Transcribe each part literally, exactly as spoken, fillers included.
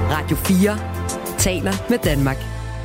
Radio fire taler med Danmark.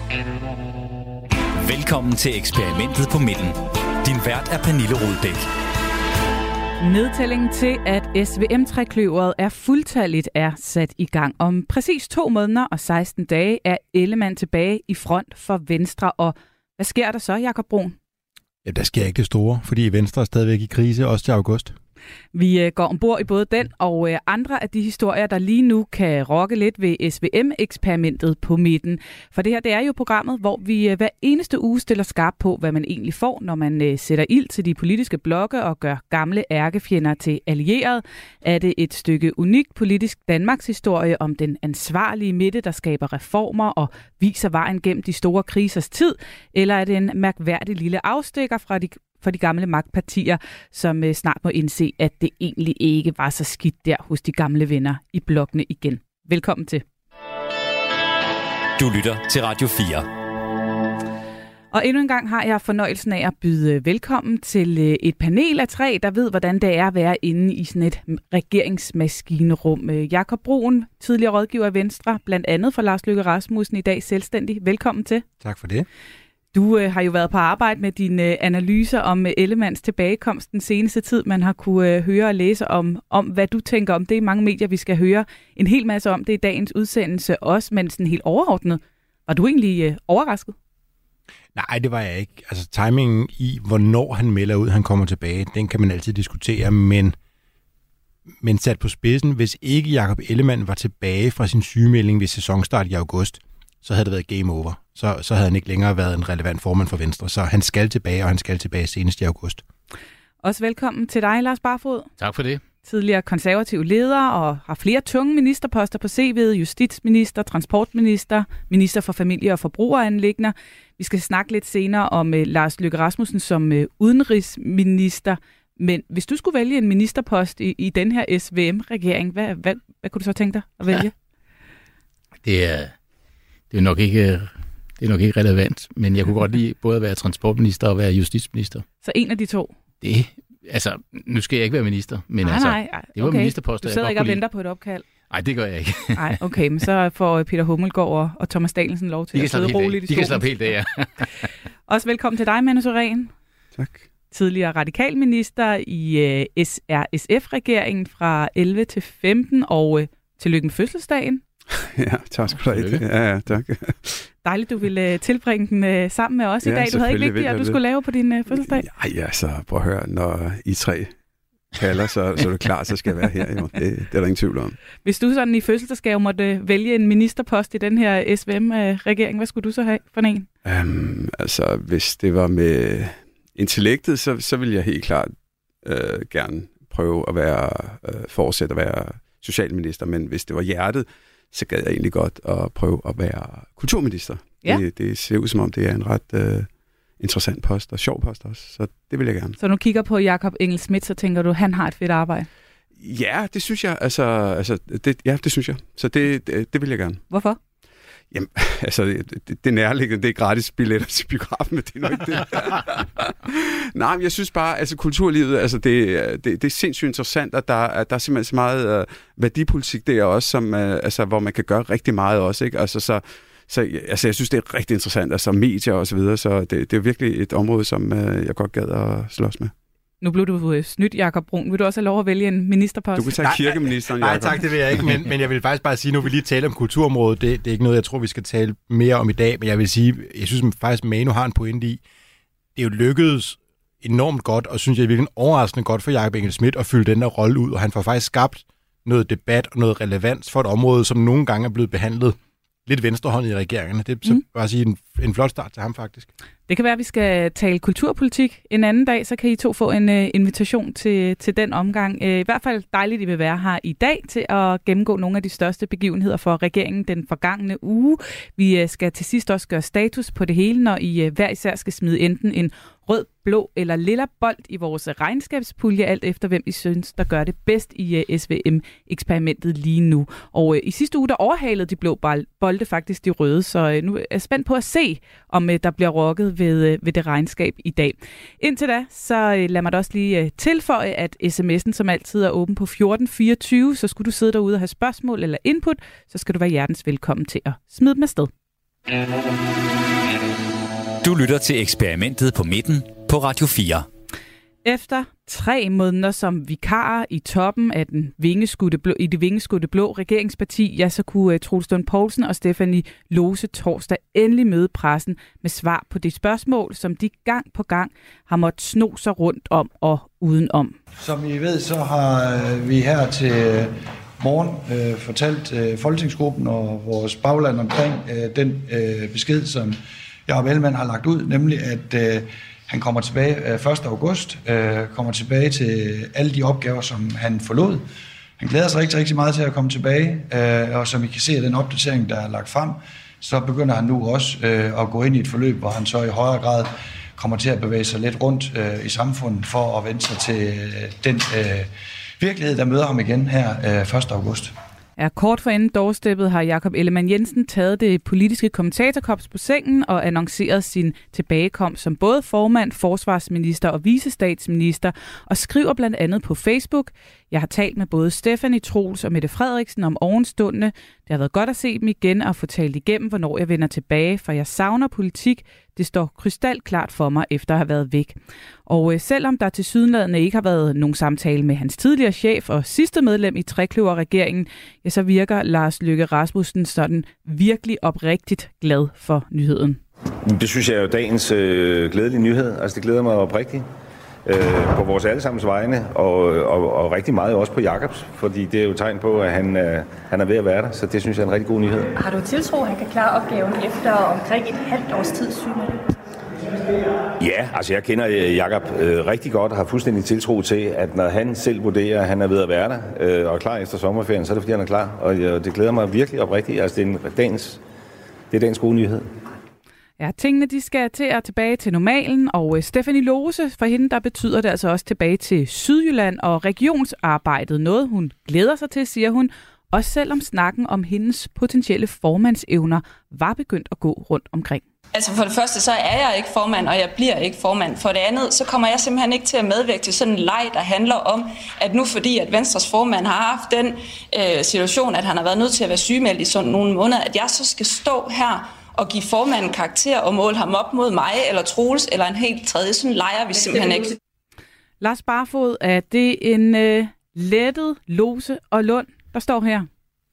Velkommen til eksperimentet på midten. Din vært er Pernille Rudbæk. Nedtællingen til, at S V M-trekløveret er fuldtalligt, er sat i gang. Om præcis to måneder og seksten dage er Ellemann tilbage i front for Venstre. Og hvad sker der så, Jakob Brun? Ja, der sker ikke det store, fordi Venstre er stadigvæk i krise, også til august. Vi går ombord i både den og andre af de historier, der lige nu kan rokke lidt ved S V M-eksperimentet på midten. For det her, det er jo programmet, hvor vi hver eneste uge stiller skarp på, hvad man egentlig får, når man sætter ild til de politiske blokke og gør gamle ærkefjender til allierede. Er det et stykke unik politisk Danmarks historie om den ansvarlige midte, der skaber reformer og viser vejen gennem de store krisers tid? Eller er det en mærkværdig lille afstikker fra de for de gamle magtpartier, som øh, snart må indse, at det egentlig ikke var så skidt der hos de gamle venner i blokkene igen. Velkommen til. Du lytter til Radio fire. Og endnu en gang har jeg fornøjelsen af at byde velkommen til øh, et panel af tre, der ved, hvordan det er at være inde i sådan et regeringsmaskinerum. Øh, Jakob Brun, tidligere rådgiver i Venstre, blandt andet for Lars Løkke Rasmussen, i dag selvstændig. Velkommen til. Tak for det. Du øh, har jo været på arbejde med dine øh, analyser om øh, Ellemanns tilbagekomst den seneste tid. Man har kunne øh, høre og læse om, om, hvad du tænker om det i mange medier. Vi skal høre en hel masse om det i dagens udsendelse også, men sådan helt overordnet. Var du egentlig øh, overrasket? Nej, det var jeg ikke. Altså timingen i, hvornår han melder ud, han kommer tilbage, den kan man altid diskutere, men, men sat på spidsen, hvis ikke Jakob Ellemann var tilbage fra sin sygemelding ved sæsonstart i august, så havde det været game over. Så, så havde han ikke længere været en relevant formand for Venstre. Så han skal tilbage, og han skal tilbage senest i august. Også velkommen til dig, Lars Barfod. Tak for det. Tidligere konservativ leder og har flere tunge ministerposter på C V'et. Justitsminister, transportminister, minister for familie- og forbrugeranliggender. Vi skal snakke lidt senere om uh, Lars Løkke Rasmussen som uh, udenrigsminister. Men hvis du skulle vælge en ministerpost i, i den her S V M-regering, hvad, hvad, hvad kunne du så tænke dig at vælge? Ja. Det er... Det er nok ikke, det er nok ikke relevant, men jeg kunne godt lide både at være transportminister og være justitsminister. Så en af de to? Det, altså, nu skal jeg ikke være minister, men nej, altså, nej, nej. det var okay. ministerposter, du sidder ikke og venter på et opkald? Nej, det gør jeg ikke. Nej, okay, men så får Peter Hummelgaard og, og Thomas Danielsen lov til de at sidde roligt i De kan slappe helt af, ja. Også velkommen til dig, Manu Søren. Tak. Tidligere radikalminister i uh, S R S F-regeringen fra elleve til femten, og uh, tillykke med fødselsdagen. Ja, tak skal du have. Ja, ja, tak. Dejligt, du ville uh, tilbringe den uh, sammen med os ja, i dag. Du havde ikke vigtigt, at du skulle lave på din uh, fødselsdag. Nej, ja, så prøv at høre, når I tre kalder, så, så er du klar, så skal jeg være her. Jo. Det, det er der ingen tvivl om. Hvis du sådan i fødselsdagsgave måtte vælge en ministerpost i den her S V M-regering, hvad skulle du så have for en? Um, altså, hvis det var med intellektet, så, så ville jeg helt klart øh, gerne prøve at være, øh, fortsætte at være socialminister, men hvis det var hjertet, så gad jeg egentlig godt at prøve at være kulturminister. Ja. Det, det ser ud som om, det er en ret øh, interessant post, og sjov post også, så det vil jeg gerne. Så når du kigger på Jakob Engel-Schmidt, så tænker du, han har et fedt arbejde? Ja, det synes jeg. Altså, altså det, ja, det synes jeg. Så det, det, det vil jeg gerne. Hvorfor? Jamen, altså, det, det nærliggende, det er gratis billetter til biografen, men det er nok ikke det. Nej, men jeg synes bare, altså kulturlivet, altså det, det, det er sindssygt interessant, at der, at der er simpelthen så meget uh, værdipolitik der også, som, uh, altså, hvor man kan gøre rigtig meget også, ikke? Altså, så, så altså, jeg synes, det er rigtig interessant, altså medier og så videre, så det, det er virkelig et område, som uh, jeg godt gad at slås med. Nu blev du uh, snydt, Jakob Brun. Vil du også have lov at vælge en ministerpost? Du kan tage kirkeministeren, Jacob. Jacob. Nej, tak, det vil jeg ikke, men, men jeg vil faktisk bare sige, nu vi lige taler om kulturområdet, det, det er ikke noget, jeg tror, vi skal tale mere om i dag, men jeg vil sige, jeg synes faktisk, Manu har en pointe i, det er jo lykkedes enormt godt, og synes jeg virkelig overraskende godt for Jakob Engel-Schmidt at fylde den der rolle ud, og han får faktisk skabt noget debat og noget relevans for et område, som nogle gange er blevet behandlet lidt venstrehåndet i regeringerne. Det er så mm. bare at sige en, en flot start til ham faktisk. Det kan være, at vi skal tale kulturpolitik en anden dag, så kan I to få en uh, invitation til, til den omgang. Uh, I hvert fald dejligt, at I vil være her i dag til at gennemgå nogle af de største begivenheder for regeringen den forgangne uge. Vi uh, skal til sidst også gøre status på det hele, når I uh, hver især skal smide enten en rød, blå eller lilla bold i vores regnskabspulje, alt efter hvem I synes, der gør det bedst i uh, S V M-eksperimentet lige nu. Og uh, i sidste uge, der overhalede de blå bolde faktisk de røde, så uh, nu er jeg spændt på at se, om uh, der bliver rokket ved, uh, ved det regnskab i dag. Indtil da, så uh, lad mig da også lige uh, tilføje, at sms'en som altid er åben på fjorten fireogtyve, så skulle du sidde derude og have spørgsmål eller input, så skal du være hjertens velkommen til at smide dem afsted. Du lytter til Eksperimentet på midten på Radio fire. Efter tre måneder som vikarer i toppen af den vingeskudte blå, i det vingeskudte blå regeringsparti, ja, så kunne uh, Troels Lund Poulsen og Stephanie Lose torsdag endelig møde pressen med svar på de spørgsmål, som de gang på gang har måttet sno sig rundt om og udenom. Som I ved, så har vi her til morgen øh, fortalt øh, Folketingsgruppen og vores bagland omkring øh, den øh, besked, som Jacob Ellemann har lagt ud, nemlig at øh, han kommer tilbage øh, første august, øh, kommer tilbage til alle de opgaver, som han forlod. Han glæder sig rigtig, rigtig meget til at komme tilbage, øh, og som I kan se af den opdatering, der er lagt frem, så begynder han nu også øh, at gå ind i et forløb, hvor han så i højere grad kommer til at bevæge sig lidt rundt øh, i samfundet for at vende sig til øh, den øh, virkelighed, der møder ham igen her øh, første august. Ja, kort forinden doorsteppet har Jacob Ellemann-Jensen taget det politiske kommentatorkops på sengen og annonceret sin tilbagekomst som både formand, forsvarsminister og vicestatsminister, og skriver blandt andet på Facebook: Jeg har talt med både Stephanie, Troels og Mette Frederiksen om ovenstående. Det har været godt at se dem igen og få talt igennem, hvornår jeg vender tilbage, for jeg savner politik. Det står krystalklart for mig, efter at have været væk. Og øh, selvom der tilsyneladende ikke har været nogen samtale med hans tidligere chef og sidste medlem i Trekløver-regeringen, ja, så virker Lars Løkke Rasmussen sådan virkelig oprigtigt glad for nyheden. Det synes jeg er jo dagens øh, glædelige nyhed. Altså det glæder mig oprigtigt øh, på vores allesammens vegne, og, og, og rigtig meget også på Jacobs, fordi det er jo tegn på, at han, øh, han er ved at være der, så det synes jeg er en rigtig god nyhed. Har du tiltro, at han kan klare opgaven efter omkring et halvt års tid, synes du? Ja, altså jeg kender Jacob øh, rigtig godt og har fuldstændig tiltro til, at når han selv vurderer, at han er ved at være der øh, og er klar efter sommerferien, så er det fordi han er klar, og øh, det glæder mig virkelig oprigtigt. Altså det er, en, dagens, det er dagens gode nyhed. Ja, tingene de skal til at tilbage til normalen, og øh, Stephanie Lose, for hende der betyder det altså også tilbage til Sydjylland og regionsarbejdet. Noget hun glæder sig til, siger hun, også selvom snakken om hendes potentielle formandsevner var begyndt at gå rundt omkring. Altså for det første, så er jeg ikke formand, og jeg bliver ikke formand. For det andet, så kommer jeg simpelthen ikke til at medvirke til sådan en leg, der handler om, at nu fordi at Venstres formand har haft den øh, situation, at han har været nødt til at være sygemeldt i sådan nogle måneder, at jeg så skal stå her og give formanden karakter og måle ham op mod mig, eller Troels, eller en helt tredje. Sådan leger vi simpelthen ikke. Lars Barfod, er det en øh, lettet Lose og Lund, der står her?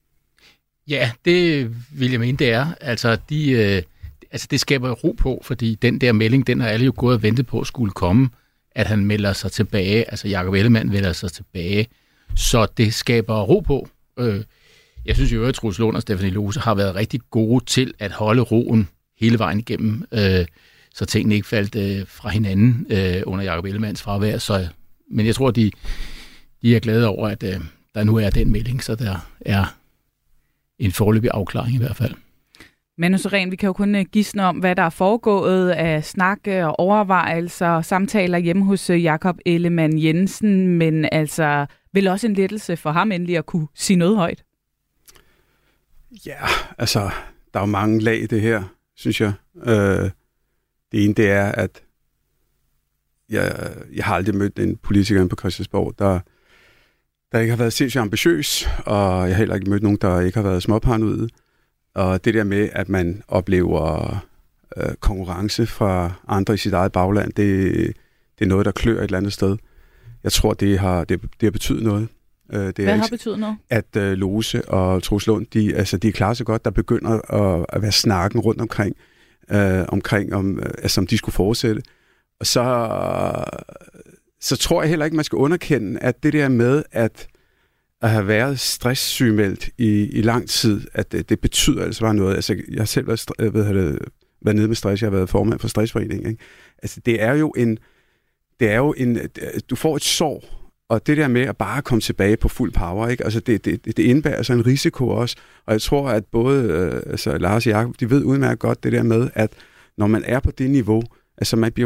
Ja, det vil jeg mene, det er. Altså, de, øh, altså det skaber ro på, fordi den der melding, den har alle jo gået og ventet på skulle komme, at han melder sig tilbage, altså Jacob Ellemann melder sig tilbage, så det skaber ro på. Øh, jeg synes jo, at Troels Lund og Stephanie Lose har været rigtig gode til at holde roen hele vejen igennem, øh, så tingene ikke faldt øh, fra hinanden øh, under Jacob Ellemanns fravær. Så, men jeg tror, de, de er glade over, at øh, der nu er den melding, så der er en foreløbig afklaring i hvert fald. Manu Seren, vi kan jo kun gisne om, hvad der er foregået af snakke og overvejelser og samtaler hjemme hos Jacob Ellemann-Jensen, men altså vel også en lettelse for ham endelig at kunne sige noget højt. Ja, altså, der er jo mange lag i det her, synes jeg. Øh, det ene, det er, at jeg, jeg har aldrig mødt en politiker på Christiansborg, der, der ikke har været sindssygt ambitiøs, og jeg har heller ikke mødt nogen, der ikke har været småparanoide. Og det der med, at man oplever øh, konkurrence fra andre i sit eget bagland, det, det er noget, der klør et eller andet sted. Jeg tror, det har, det, det har betydet noget. Øh, det Hvad er har ikke, betydet noget? At øh, Lose og Troels Lund, de, altså, de er klar så godt, der begynder at, at være snakken rundt omkring, øh, omkring om, altså, om de skulle fortsætte. Og så, så tror jeg heller ikke, man skal underkende, at det der med, at at have været stresssygemeldt i, i lang tid, at det, det betyder altså bare noget. Altså, jeg har selv været, ved, det, været nede med stress, jeg har været formand for Stressforeningen. Ikke? Altså, det er jo en, det er jo en, du får et sår, og det der med at bare komme tilbage på fuld power, ikke? Altså, det, det, det indebærer altså en risiko også, og jeg tror, at både øh, altså, Lars og Jacob, de ved udmærket godt det der med, at når man er på det niveau, altså man bliver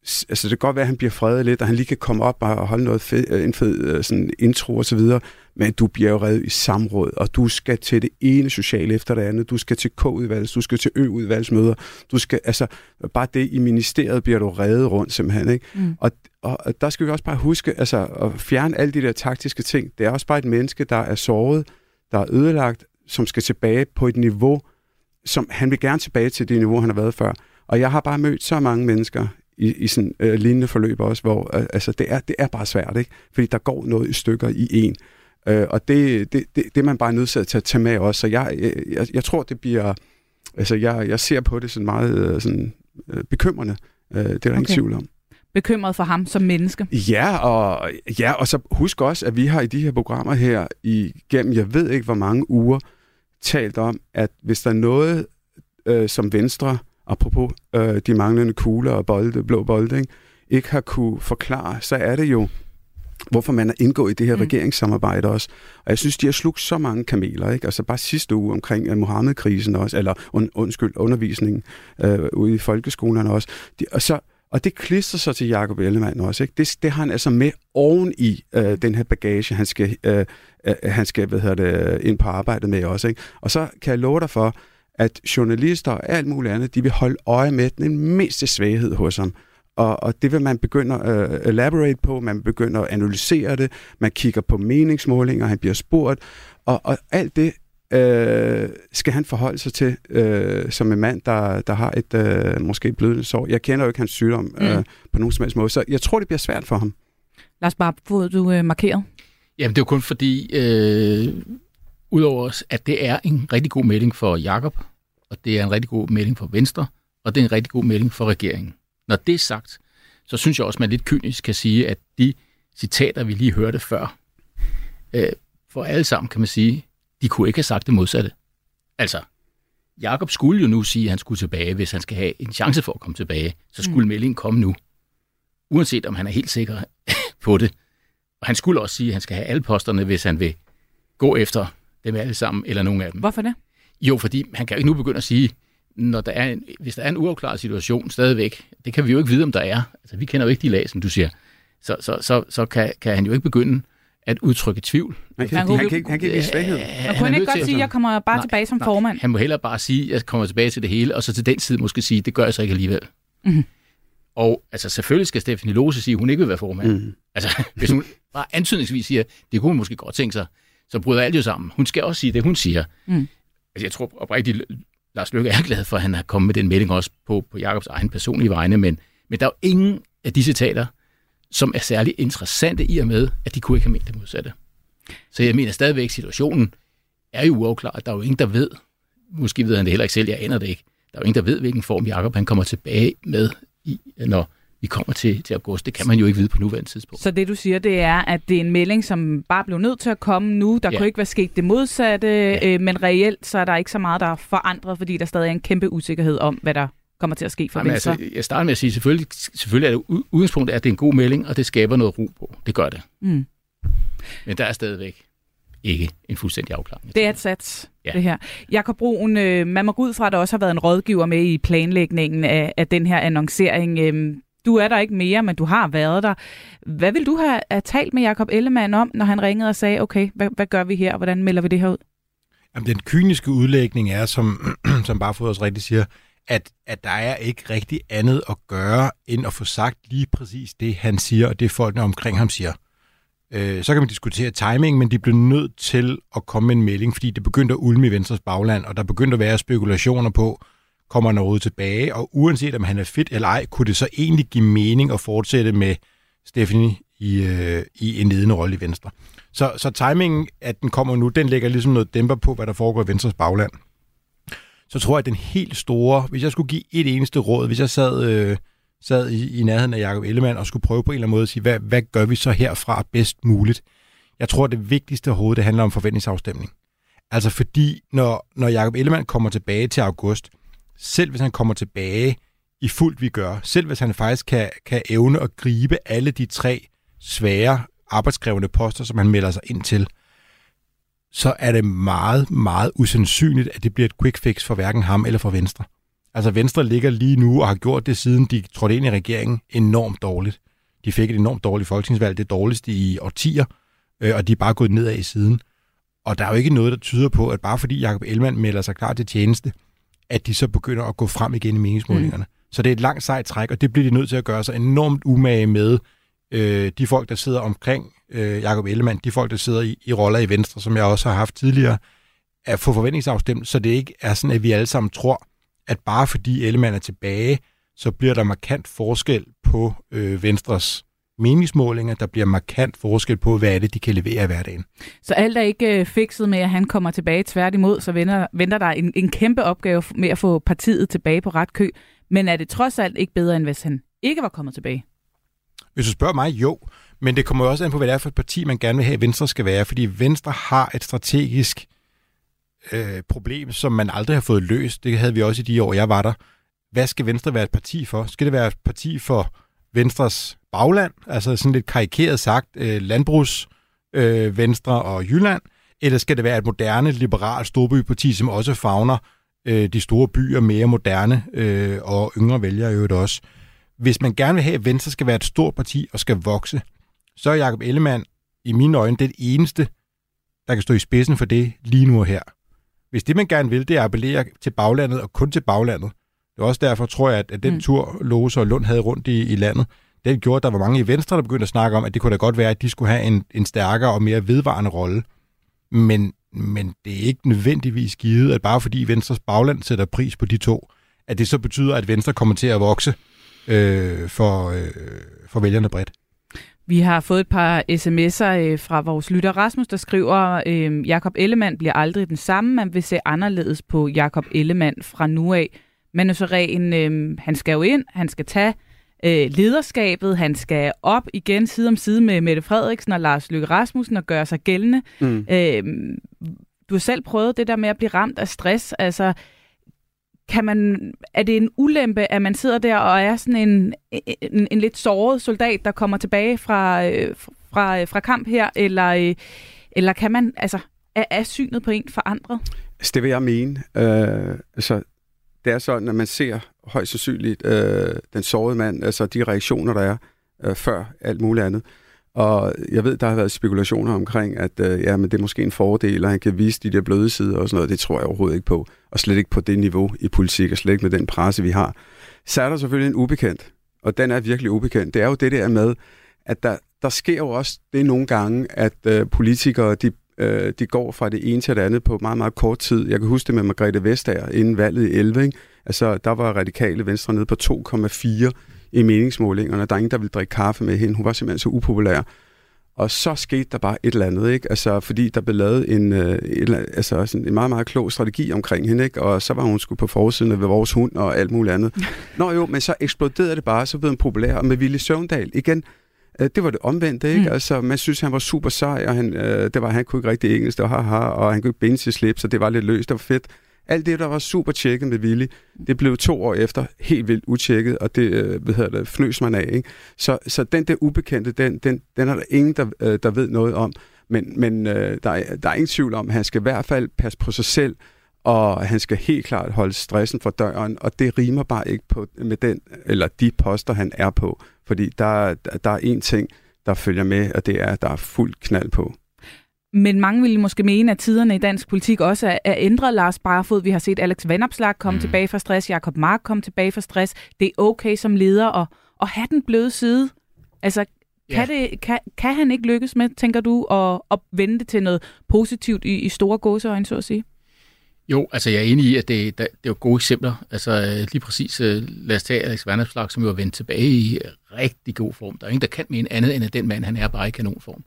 altså det kan godt være, at han bliver fredet lidt, og han lige kan komme op og holde noget fed, en fed sådan intro og så videre, men du bliver jo reddet i samråd, og du skal til det ene sociale efter det andet, du skal til K-udvalgs, du skal til Ø-udvalgsmøder, du skal, altså, bare det i ministeriet bliver du reddet rundt simpelthen, ikke? Mm. Og, og der skal vi også bare huske, altså, at fjerne alle de der taktiske ting. Det er også bare et menneske, der er såret, der er ødelagt, som skal tilbage på et niveau, som han vil gerne tilbage til det niveau, han har været før. Og jeg har bare mødt så mange mennesker i, i sådan øh, lignende forløb også, hvor øh, altså, det, er, det er bare svært, ikke? Fordi der går noget i stykker i en. Øh, og det, det, det, det er man bare nødt til at tage med også. Så jeg, jeg, jeg tror, det bliver... Altså, jeg, jeg ser på det sådan meget sådan, øh, bekymrende. Øh, det er der okay. ingen tvivl om. Bekymret for ham som menneske? Ja, og, ja, og så husk også, at vi har i de her programmer her igennem, jeg ved ikke hvor mange uger, talt om, at hvis der er noget, øh, som Venstre, apropos øh, de manglende kugler og bolde, blå bolde, ikke, ikke har kunne forklare, så er det jo, hvorfor man er indgået i det her mm. regeringssamarbejde også. Og jeg synes, de har slugt så mange kameler, ikke? Altså bare sidste uge omkring uh, Mohammed-krisen også, eller und, undskyld, undervisningen øh, ude i folkeskolerne også. De, og, så, og det klister sig til Jakob Ellemann også, ikke? Det, det har han altså med oven i øh, den her bagage, han skal, øh, øh, han skal hvad hedder det, ind på arbejdet med også, ikke? Og så kan jeg love dig for, at journalister og alt muligt andet, de vil holde øje med den mindste svaghed hos ham. Og, og det vil man begynde at uh, elaborate på, man begynder at analysere det, man kigger på meningsmålinger, han bliver spurgt, og, og alt det uh, skal han forholde sig til uh, som en mand, der, der har et uh, måske blødende sår. Jeg kender jo ikke hans sygdom mm. uh, på nogen som helst måde, så jeg tror, det bliver svært for ham. Lars Barfoed, du uh, markeret? Jamen, det er jo kun fordi, øh, udover at det er en rigtig god melding for Jakob, og det er en rigtig god melding for Venstre, og det er en rigtig god melding for regeringen. Når det er sagt, så synes jeg også, at man lidt kynisk kan sige, at de citater, vi lige hørte før, øh, for alle sammen kan man sige, de kunne ikke have sagt det modsatte. Altså, Jakob skulle jo nu sige, at han skulle tilbage, hvis han skal have en chance for at komme tilbage. Så skulle mm. meldingen komme nu. Uanset om han er helt sikker på det. Og han skulle også sige, at han skal have alle posterne, hvis han vil gå efter dem alle sammen, eller nogen af dem. Hvorfor det? Jo, fordi han kan jo ikke nu begynde at sige, når der er en, hvis der er en uafklaret situation stadigvæk, det kan vi jo ikke vide, om der er. Altså, vi kender jo ikke de lag, som du siger. Så, så, så, så kan, kan han jo ikke begynde at udtrykke tvivl. Han kan, han kan, han kan, han kan ikke svaghed. Man kunne ikke godt sige, at jeg kommer bare nej, tilbage som nej, formand. Han må hellere bare sige, at jeg kommer tilbage til det hele, og så til den tid måske sige, at det gør jeg så ikke alligevel. Mm-hmm. Og altså, selvfølgelig skal Stephanie Lose sige, at hun ikke vil være formand. Mm-hmm. Altså, hvis hun bare antydningsvis siger, det kunne hun måske godt tænke sig, så bryder alt jo sammen. Hun skal også sige det, hun siger. Mm. Altså, jeg tror oprigtigt, Lars Løkke er glad for, at han har kommet med den melding også på, på Jakobs egen personlige vegne, men, men der er jo ingen af de citater, som er særlig interessante i og med, at de kunne ikke have ment det modsatte. Så jeg mener stadigvæk, situationen er jo uafklaret. Der er jo ingen, der ved, måske ved han det heller ikke selv, jeg aner det ikke, der er jo ingen, der ved, hvilken form Jakob han kommer tilbage med, i, når vi kommer til, til august. Det kan man jo ikke vide på nuværende tidspunkt. Så det, du siger, det er, at det er en melding, som bare blev nødt til at komme nu. Der ja. kunne ikke være sket det modsatte, ja. øh, men reelt så er der ikke så meget, der er forandret, fordi der stadig er en kæmpe usikkerhed om, hvad der kommer til at ske for Jamen, Venstre. Altså, jeg starter med at sige, selvfølgelig, selvfølgelig er det udgangspunktet, at det er en god melding, og det skaber noget ro på. Det gør det. Mm. Men der er stadigvæk ikke en fuldstændig afklaring. Det er et sats, ja. det her. Jakob Bruun, øh, man må gå ud fra, at der også har været en rådgiver med i planlægningen af, af den her annoncering. Øh, Du er der ikke mere, men du har været der. Hvad vil du have, have talt med Jakob Ellemann om, når han ringede og sagde, okay, hvad, hvad gør vi her? Hvordan melder vi det her ud? Jamen, den kyniske udlægning er, som, som Barfoed også rigtig siger, at, at der er ikke rigtig andet at gøre, end at få sagt lige præcis det, han siger, og det folkene omkring ham siger. Øh, så kan man diskutere timing, men de blev nødt til at komme med en melding, fordi det begyndte at ulme i Venstres bagland, og der begyndte at være spekulationer på, kommer han overhovedet tilbage, og uanset om han er fit eller ej, kunne det så egentlig give mening at fortsætte med Stephanie i, øh, i en ledende rolle i Venstre. Så, så timingen, at den kommer nu, den lægger ligesom noget dæmper på, hvad der foregår i Venstres bagland. Så tror jeg, at den helt store, hvis jeg skulle give et eneste råd, hvis jeg sad, øh, sad i, i nærheden af Jakob Ellemann og skulle prøve på en eller anden måde at sige, hvad, hvad gør vi så herfra bedst muligt? Jeg tror, at det vigtigste overhovedet, det handler om forventningsafstemning. Altså fordi, når, når Jakob Ellemann kommer tilbage til august, selv hvis han kommer tilbage i fuldt vi gør, selv hvis han faktisk kan, kan evne at gribe alle de tre svære arbejdskrævende poster, som han melder sig ind til, så er det meget, meget usandsynligt, at det bliver et quick fix for hverken ham eller for Venstre. Altså Venstre ligger lige nu og har gjort det, siden de trådte ind i regeringen, enormt dårligt. De fik et enormt dårligt folketingsvalg, det dårligste i årtier, øh, og de er bare gået nedad i siden. Og der er jo ikke noget, der tyder på, at bare fordi Jakob Ellemann melder sig klar til tjeneste, at de så begynder at gå frem igen i meningsmålingerne. Mm. Så det er et langt sejt træk, og det bliver de nødt til at gøre sig enormt umage med. Øh, de folk, der sidder omkring øh, Jakob Ellemann, de folk, der sidder i, i roller i Venstre, som jeg også har haft tidligere, at få forventningsafstemt, så det ikke er sådan, at vi alle sammen tror, at bare fordi Ellemann er tilbage, så bliver der markant forskel på øh, Venstres meningsmålinger, der bliver markant forskel på, hvad er det, de kan levere i hverdagen. Så alt er ikke øh, fikset med, at han kommer tilbage. Tværtimod, så venter, venter der en, en kæmpe opgave med at få partiet tilbage på ret kø. Men er det trods alt ikke bedre, end hvis han ikke var kommet tilbage? Hvis du spørger mig, jo. Men det kommer også an på, hvad det er for et parti, man gerne vil have, at Venstre skal være. Fordi Venstre har et strategisk øh, problem, som man aldrig har fået løst. Det havde vi også i de år, jeg var der. Hvad skal Venstre være et parti for? Skal det være et parti for Venstres bagland, altså sådan lidt karikeret sagt, øh, landbrugs, øh, Venstre og Jylland, eller skal det være et moderne, liberalt storbyparti, som også favner øh, de store byer, mere moderne øh, og yngre vælgere i øvrigt også. Hvis man gerne vil have, at Venstre skal være et stort parti og skal vokse, så er Jakob Ellemann i mine øjne det eneste, der kan stå i spidsen for det lige nu og her. Hvis det, man gerne vil, det er at appellere til baglandet og kun til baglandet. Det er også derfor, tror jeg, at, at den mm. tur, Lose og Lund havde rundt i, i landet, den gjorde, at der var mange i Venstre, der begyndte at snakke om, at det kunne da godt være, at de skulle have en, en stærkere og mere vedvarende rolle. Men, men det er ikke nødvendigvis givet, at bare fordi Venstres bagland sætter pris på de to, at det så betyder, at Venstre kommer til at vokse øh, for, øh, for vælgerne bredt. Vi har fået et par sms'er fra vores lytter Rasmus, der skriver, øh, Jakob Ellemann bliver aldrig den samme. Man vil se anderledes på Jakob Ellemann fra nu af. Men så ren, øh, han skal jo ind, han skal tage øh, lederskabet, han skal op igen side om side med Mette Frederiksen og Lars Løkke Rasmussen og gøre sig gældende. Mm. Øh, du har selv prøvet det der med at blive ramt af stress. Altså, kan man, er det en ulempe, at man sidder der og er sådan en, en, en lidt såret soldat, der kommer tilbage fra, øh, fra, fra kamp her, eller, øh, eller kan man, altså, er, er synet på en forandret? Altså, det vil jeg mene. Øh, altså, det er sådan, at man ser højst sandsynligt øh, den sårede mand, altså de reaktioner, der er øh, før alt muligt andet. Og jeg ved, der har været spekulationer omkring, at øh, ja, men det er måske en fordel, at han kan vise de der bløde sider og sådan noget. Det tror jeg overhovedet ikke på. Og slet ikke på det niveau i politik, og slet ikke med den presse, vi har. Så er der selvfølgelig en ubekendt, og den er virkelig ubekendt. Det er jo det der med, at der, der sker jo også det nogle gange, at øh, politikere, de øh, de går fra det ene til det andet på meget, meget kort tid. Jeg kan huske det med Margrethe Vestager inden valget i elleve. Ikke? Altså, der var radikale Venstre nede på to komma fire i meningsmålingerne. Der er ingen, der ville drikke kaffe med hende. Hun var simpelthen så upopulær. Og så skete der bare et eller andet, ikke? Altså, fordi der blev lavet en, øh, et, altså, sådan en meget, meget klog strategi omkring hende, ikke? Og så var hun sgu på forsiden ved vores hund og alt muligt andet. Nå jo, men så eksploderede det bare, så blev hun populær. Og med Villy Søvndal igen, øh, det var det omvendte, ikke? Mm. Altså, man synes, han var super sej, og han, øh, det var, han kunne ikke rigtig engelsk, og, haha, og han kunne ikke binde sit slips, så det var lidt løst, det var fedt. Alt det, der var super tjekket med Villy, det blev to år efter helt vildt utjekket, og det, øh, hvad hedder det, fnøs man af, ikke? Så, så den der ubekendte, den, den, den er der ingen, der, øh, der ved noget om. Men, men øh, der, er, der er ingen tvivl om, at han skal i hvert fald passe på sig selv, og han skal helt klart holde stressen for døren, og det rimer bare ikke på, med den, eller de poster, han er på. Fordi der, der er en ting, der følger med, og det er, at der er fuld knald på. Men mange ville måske mene, at tiderne i dansk politik også er, er ændret. Lars Barfod, vi har set Alex Vanopslagh komme mm. tilbage fra stress, Jacob Mark komme tilbage fra stress. Det er okay som leder at, at have den bløde side. Altså, kan, yeah. det, kan, kan han ikke lykkes med, tænker du, at, at vende det til noget positivt i, i store gåseøjne, så at sige? Jo, altså jeg er enig i, at det, det er jo gode eksempler. Altså lige præcis, lad os tage Alex Vanopslagh, som jo er vendt tilbage i rigtig god form. Der er ingen, der kan mene andet, end at den mand, han er bare i kanonform.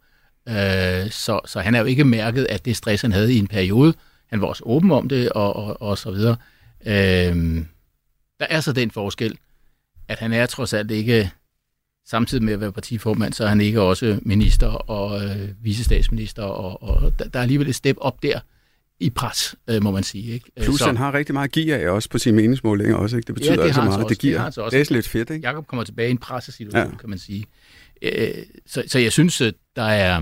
Uh, så, så han er jo ikke mærket, at det stress, han havde i en periode. Han var også åben om det, og, og, og så videre. Uh, der er så den forskel, at han er trods alt ikke, samtidig med at være partiformand, så er han ikke også minister og øh, vicestatsminister, og, og der, der er alligevel et step op der i pres, øh, må man sige. Ikke? Plus, så, han har rigtig meget gear af også på sine meningsmålinger også, ikke? Det betyder ja, det altså meget, også, det giver. Det, det er lidt fedt, ikke? Jakob kommer tilbage i en pressesituation, ja. Kan man sige. Øh, så, så jeg synes, der er,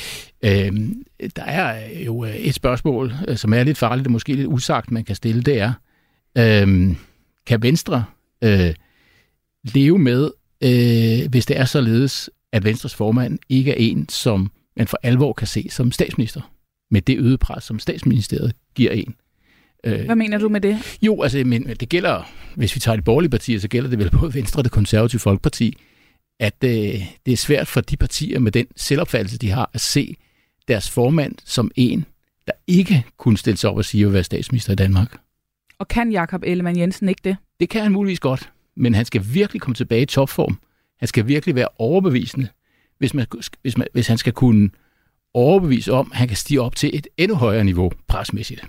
øh, der er jo et spørgsmål, som er lidt farligt og måske lidt usagt, man kan stille, det er, øh, kan Venstre øh, leve med, øh, hvis det er således, at Venstres formand ikke er en, som man for alvor kan se som statsminister, med det øgede pres, som statsministeriet giver en? Øh, Hvad mener du med det? Jo, altså, men det gælder, hvis vi tager de borgerlige partier, så gælder det vel både Venstre og det konservative Folkeparti, at øh, det er svært for de partier med den selvopfattelse, de har, at se deres formand som en, der ikke kunne stille sig op og sige at være statsminister i Danmark. Og kan Jakob Ellemann-Jensen ikke det? Det kan han muligvis godt, men han skal virkelig komme tilbage i topform. Han skal virkelig være overbevisende, hvis, man, hvis, man, hvis han skal kunne overbevise om, at han kan stige op til et endnu højere niveau presmæssigt.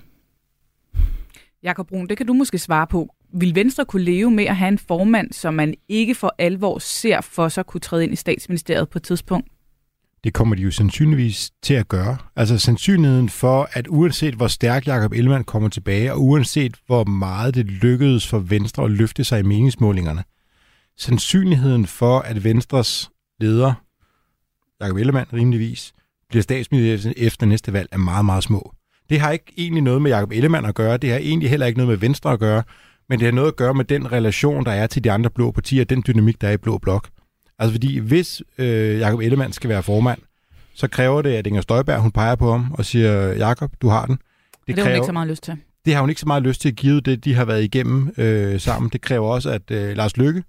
Jakob Brun, det kan du måske svare på. Vil Venstre kunne leve med at have en formand, som man ikke for alvor ser for sig kunne træde ind i statsministeriet på et tidspunkt? Det kommer de jo sandsynligvis til at gøre. Altså sandsynligheden for, at uanset hvor stærk Jakob Ellemann kommer tilbage, og uanset hvor meget det lykkedes for Venstre at løfte sig i meningsmålingerne, sandsynligheden for, at Venstres leder, Jakob Ellemann rimeligvis, bliver statsminister efter næste valg, er meget, meget små. Det har ikke egentlig noget med Jakob Ellemann at gøre, det har egentlig heller ikke noget med Venstre at gøre, men det har noget at gøre med den relation, der er til de andre blå partier, den dynamik, der er i blå blok. Altså fordi, hvis øh, Jakob Ellemann skal være formand, så kræver det, at Inger Støjberg, hun peger på ham og siger, Jakob, du har den. Det, det har hun ikke så meget lyst til. Det har hun ikke så meget lyst til at give det, de har været igennem øh, sammen. Det kræver også, at øh, Lars Løkke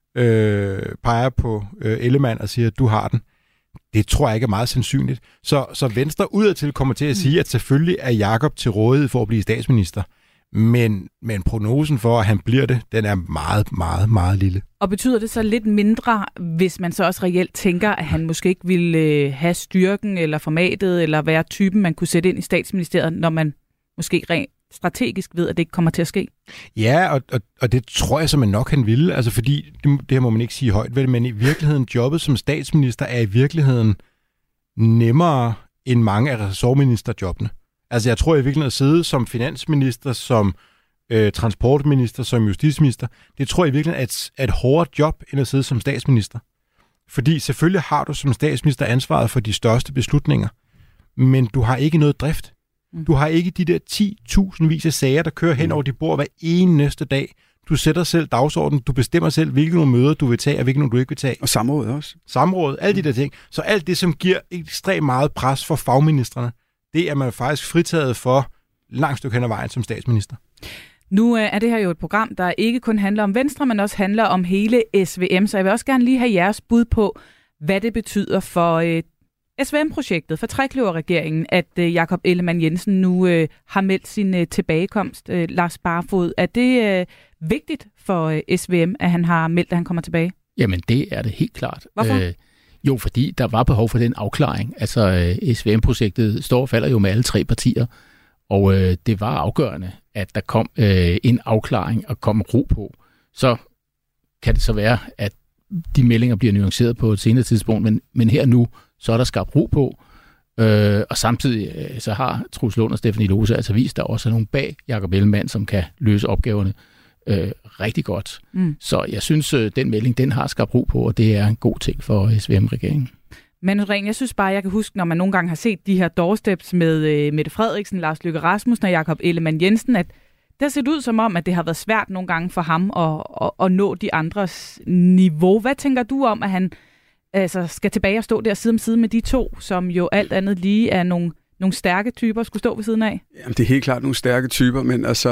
øh, peger på øh, Ellemann og siger, du har den. Det tror jeg ikke er meget sandsynligt. Så, så Venstre udadtil kommer til at sige, at selvfølgelig er Jakob til rådighed for at blive statsminister. Men, men prognosen for, at han bliver det, den er meget, meget, meget lille. Og betyder det så lidt mindre, hvis man så også reelt tænker, at han måske ikke ville øh, have styrken eller formatet, eller være typen, man kunne sætte ind i statsministeriet, når man måske rent strategisk ved, at det ikke kommer til at ske? Ja, og, og, og det tror jeg simpelthen nok, han ville. Altså fordi, det, det her må man ikke sige højt, vel, men i virkeligheden, jobbet som statsminister er i virkeligheden nemmere end mange af ressortministerjobbene. Altså jeg tror i virkeligheden at sidde som finansminister, som øh, transportminister, som justitsminister, det tror jeg i virkeligheden er et, er et hårdere job, end at sidde som statsminister. Fordi selvfølgelig har du som statsminister ansvaret for de største beslutninger, men du har ikke noget drift. Du har ikke de der ti tusind vis af sager, der kører hen over dit bord hver eneste dag. Du sætter selv dagsordenen, du bestemmer selv, hvilke nogle møder du vil tage, og hvilke nogle du ikke vil tage. Og samråd også. Samråd, alle de der ting. Så alt det, som giver ekstremt meget pres for fagministrene, det er man faktisk fritaget for langt stykke hen ad vejen som statsminister. Nu er det her jo et program, der ikke kun handler om Venstre, men også handler om hele S V M. Så jeg vil også gerne lige have jeres bud på, hvad det betyder for øh, S V M-projektet, for trekløverregeringen, at øh, Jakob Ellemann-Jensen nu øh, har meldt sin øh, tilbagekomst. Øh, Lars Barfoed, er det øh, vigtigt for øh, S V M, at han har meldt, at han kommer tilbage? Jamen, det er det helt klart. Hvorfor? Øh, jo, fordi der var behov for den afklaring. Altså, øh, S V M-projektet står og falder jo med alle tre partier, og øh, det var afgørende, at der kom øh, en afklaring og kom ro på. Så kan det så være, at de meldinger bliver nuanceret på et senere tidspunkt, men, men her nu, så er der skabt ro på, øh, og samtidig øh, så har Troels Lund og Stephanie Lose altså vist, der også er nogen bag Jakob Ellemann, som kan løse opgaverne øh, rigtig godt. Mm. Så jeg synes, øh, den melding, den har skabt ro på, og det er en god ting for S V M-regeringen. Men Ring, jeg synes bare, jeg kan huske, når man nogle gange har set de her doorsteps med øh, Mette Frederiksen, Lars Løkke Rasmussen og Jakob Ellemann-Jensen, at det har set ud som om, at det har været svært nogle gange for ham at, at, at nå de andres niveau. Hvad tænker du om, at han altså, skal tilbage og stå der side om side med de to, som jo alt andet lige er nogle, nogle stærke typer, skulle stå ved siden af? Jamen, det er helt klart nogle stærke typer, men altså,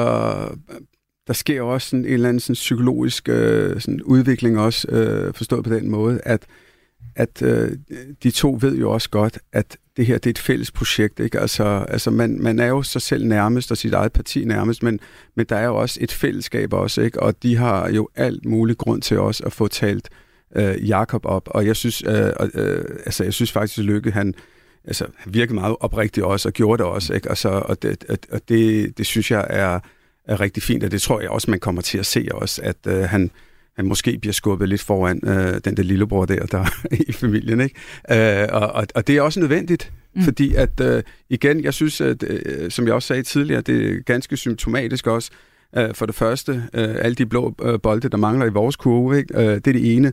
der sker jo også sådan en eller anden sådan psykologisk øh, sådan udvikling også, øh, forstået på den måde, at at øh, de to ved jo også godt, at det her, det er et fælles projekt, ikke? Altså, altså man, man er jo sig selv nærmest, og sit eget parti nærmest, men, men der er jo også et fællesskab også, ikke? Og de har jo alt mulig grund til også at få talt øh, Jakob op, og jeg synes, øh, øh, altså, jeg synes faktisk, at Løkke, han, altså, han virkede meget oprigtigt også, og gjorde det også, ikke? Altså, og det, og det, det synes jeg er, er rigtig fint, og det tror jeg også, man kommer til at se også, at øh, han han måske bliver skubbet lidt foran øh, den der lillebror der, der i familien, ikke? Øh, og, og, og det er også nødvendigt, mm. fordi at, øh, igen, jeg synes, at, øh, som jeg også sagde tidligere, det er ganske symptomatisk også, øh, for det første, øh, alle de blå øh, bolde, der mangler i vores kurve, ikke? Øh, det er det ene,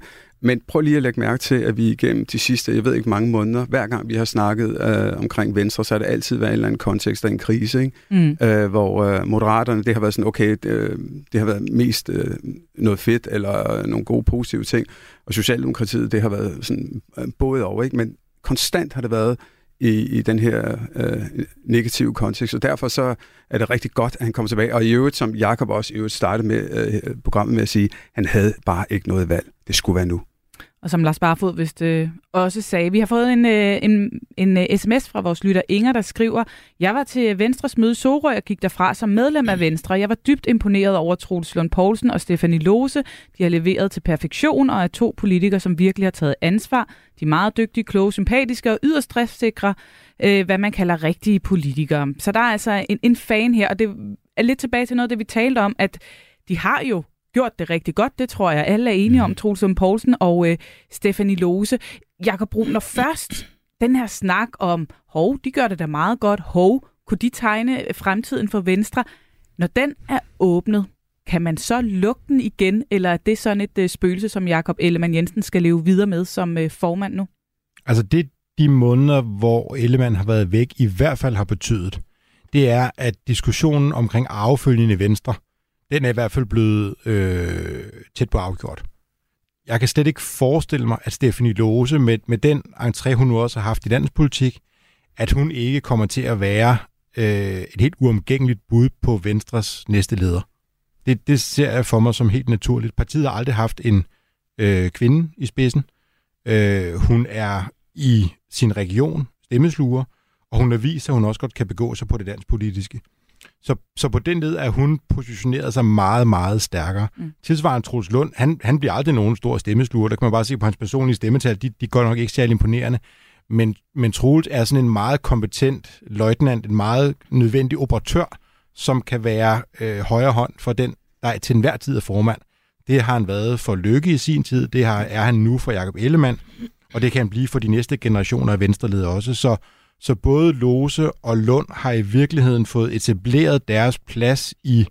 Men prøv lige at lægge mærke til, at vi igennem de sidste, jeg ved ikke mange måneder, hver gang vi har snakket øh, omkring Venstre, så har det altid været en eller anden kontekst af en krise, ikke? Mm. Øh, hvor øh, Moderaterne, det har været sådan, okay, det, øh, det har været mest øh, noget fedt, eller øh, nogle gode positive ting, og Socialdemokratiet, det har været sådan øh, både over, ikke? Men konstant har det været i, i den her øh, negative kontekst, og derfor så er det rigtig godt, at han kommer tilbage. Og i øvrigt, som Jakob også i øvrigt startede med øh, programmet med at sige, han havde bare ikke noget valg. Det skulle være nu. Og som Lars Barfod vist øh, også sagde, vi har fået en, øh, en, en øh, sms fra vores lytter Inger, der skriver, jeg var til Venstres møde i Sorø og gik derfra som medlem af Venstre. Jeg var dybt imponeret over Troels Lund Poulsen og Stephanie Lose. De har leveret til perfektion og er to politikere, som virkelig har taget ansvar. De er meget dygtige, kloge, sympatiske og yderst driftsikre, øh, hvad man kalder rigtige politikere. Så der er altså en, en fan her, og det er lidt tilbage til noget, det vi talte om, at de har jo gjort det rigtig godt, det tror jeg alle er enige om, Troels Lund Poulsen og øh, Stephanie Lose. Jakob Brun, når først den her snak om, hov, de gør det da meget godt, hov, kunne de tegne fremtiden for Venstre, når den er åbnet, kan man så lukke den igen, eller er det sådan et øh, spøgelse, som Jakob Ellemann-Jensen skal leve videre med som øh, formand nu? Altså det, de måneder, hvor Ellemann har været væk, i hvert fald har betydet, det er, at diskussionen omkring arvefølgen i Venstre, den er i hvert fald blevet øh, tæt på afgjort. Jeg kan slet ikke forestille mig, at Stephanie Lose, med, med den entré, hun nu også har haft i dansk politik, at hun ikke kommer til at være øh, et helt uomgængeligt bud på Venstres næste leder. Det, det ser jeg for mig som helt naturligt. Partiet har aldrig haft en øh, kvinde i spidsen. Øh, hun er i sin region stemmesluger, og hun har vist, at hun også godt kan begå sig på det dansk politiske. Så, så på den led er hun positioneret sig meget, meget stærkere. Mm. Tilsvarende Troels Lund, han, han bliver aldrig nogen stor stemmesluger. Der kan man bare se på hans personlige stemmetal, de, de går nok ikke særlig imponerende. Men, men Troels er sådan en meget kompetent løjtnant, en meget nødvendig operatør, som kan være øh, højre hånd for den, der er til enhver tid er formand. Det har han været for Løkke i sin tid, det har, er han nu for Jakob Ellemann, og det kan han blive for de næste generationer af venstreledere også. Så Så både Lose og Lund har i virkeligheden fået etableret deres plads i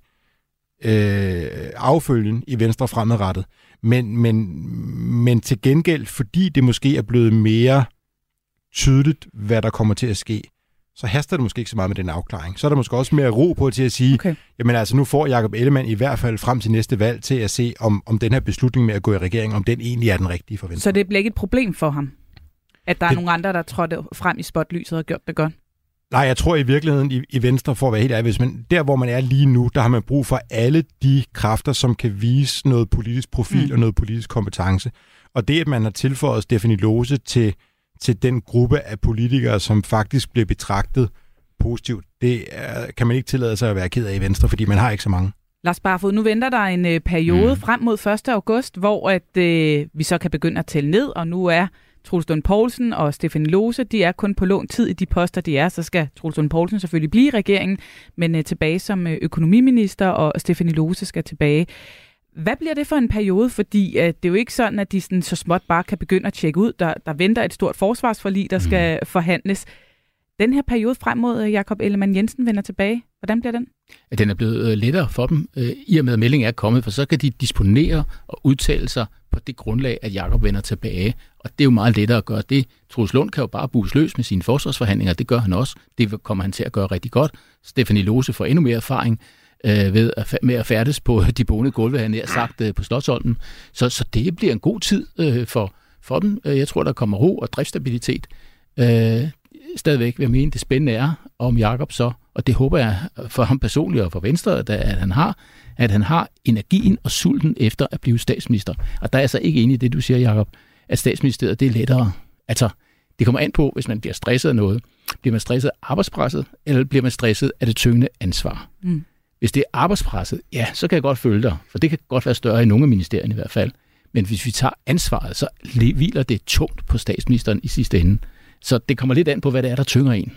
øh, affølgen i Venstre fremadrettet. Men, men, men til gengæld, fordi det måske er blevet mere tydeligt, hvad der kommer til at ske, så haster det måske ikke så meget med den afklaring. Så er der måske også mere ro på til at sige, okay, jamen altså nu får Jakob Ellemann i hvert fald frem til næste valg til at se, om, om den her beslutning med at gå i regering, om den egentlig er den rigtige for Venstre. Så det bliver ikke et problem for ham? At der er det, nogle andre, der trådte frem i spotlyset og gjort det godt? Nej, jeg tror i virkeligheden i, i Venstre, for at være helt ærlig, men der hvor man er lige nu, der har man brug for alle de kræfter, som kan vise noget politisk profil mm. og noget politisk kompetence. Og det, at man har tilføjet Stephanie Lose til, til den gruppe af politikere, som faktisk bliver betragtet positivt, det er, kan man ikke tillade sig at være ked af i Venstre, fordi man har ikke så mange. Lars Barfod, nu venter der en øh, periode mm. frem mod første august, hvor at, øh, vi så kan begynde at tælle ned, og nu er Troels Lund Poulsen og Stephanie Lose, de er kun på lån tid i de poster, de er. Så skal Troels Lund Poulsen selvfølgelig blive i regeringen, men øh, tilbage som øh, økonomiminister, og Stephanie Lose skal tilbage. Hvad bliver det for en periode? Fordi øh, det er jo ikke sådan, at de sådan, så småt bare kan begynde at tjekke ud. Der, der venter et stort forsvarsforlig, der skal mm. forhandles. Den her periode frem mod Jakob Ellemann-Jensen vender tilbage, hvordan bliver den? Den er blevet øh, lettere for dem, øh, i og med at meldingen er kommet, for så kan de disponere og udtale sig på det grundlag, at Jakob vender tilbage. Og det er jo meget lettere at gøre det. Troels Lund kan jo bare bues løs med sine forsvarsforhandlinger, det gør han også. Det kommer han til at gøre rigtig godt. Stephanie Lose får endnu mere erfaring øh, ved at, med at færdes på de bonede gulve, han har sagt øh, på Slotsholmen. Så, så det bliver en god tid øh, for, for dem. Jeg tror, der kommer ro og driftsstabilitet. Øh, stadigvæk vil jeg mene, det spændende er om Jakob så, og det håber jeg for ham personligt og for Venstre, at, at han har, at han har energien og sulten efter at blive statsminister. Og der er jeg så ikke enig i det, du siger, Jakob, at statsministeriet, det er lettere. Altså, det kommer an på, hvis man bliver stresset af noget. Bliver man stresset af arbejdspresset, eller bliver man stresset af det tyngende ansvar? Mm. Hvis det er arbejdspresset, ja, så kan jeg godt følge dig, for det kan godt være større i nogle af ministerierne i hvert fald. Men hvis vi tager ansvaret, så hviler det tungt på statsministeren i sidste ende. Så det kommer lidt an på, hvad det er, der tynger en.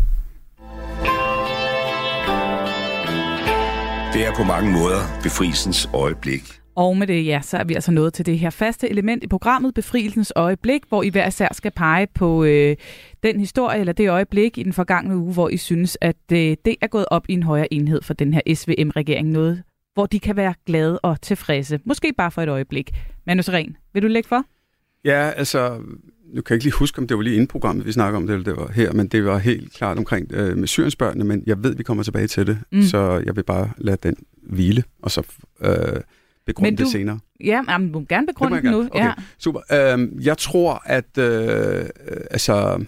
Det er på mange måder befrielsens øjeblik. Og med det, ja, så er vi altså nået til det her faste element i programmet, Befrielsens øjeblik, hvor I hver især skal pege på øh, den historie eller det øjeblik i den forgangne uge, hvor I synes, at øh, det er gået op i en højere enhed for den her S V M-regering. Noget, hvor de kan være glade og tilfredse. Måske bare for et øjeblik. Manu Sareen, vil du lægge for? Ja, altså, nu kan jeg ikke lige huske, om det var lige inden programmet, vi snakker om det, eller det var her, men det var helt klart omkring øh, med Syriensbørnene, men jeg ved, vi kommer tilbage til det, mm. så jeg vil bare lade den hvile, og så øh, begrunde du, det senere. Ja, men du må gerne begrunde det nu. Okay, ja. Super. Øh, jeg tror, at øh, altså,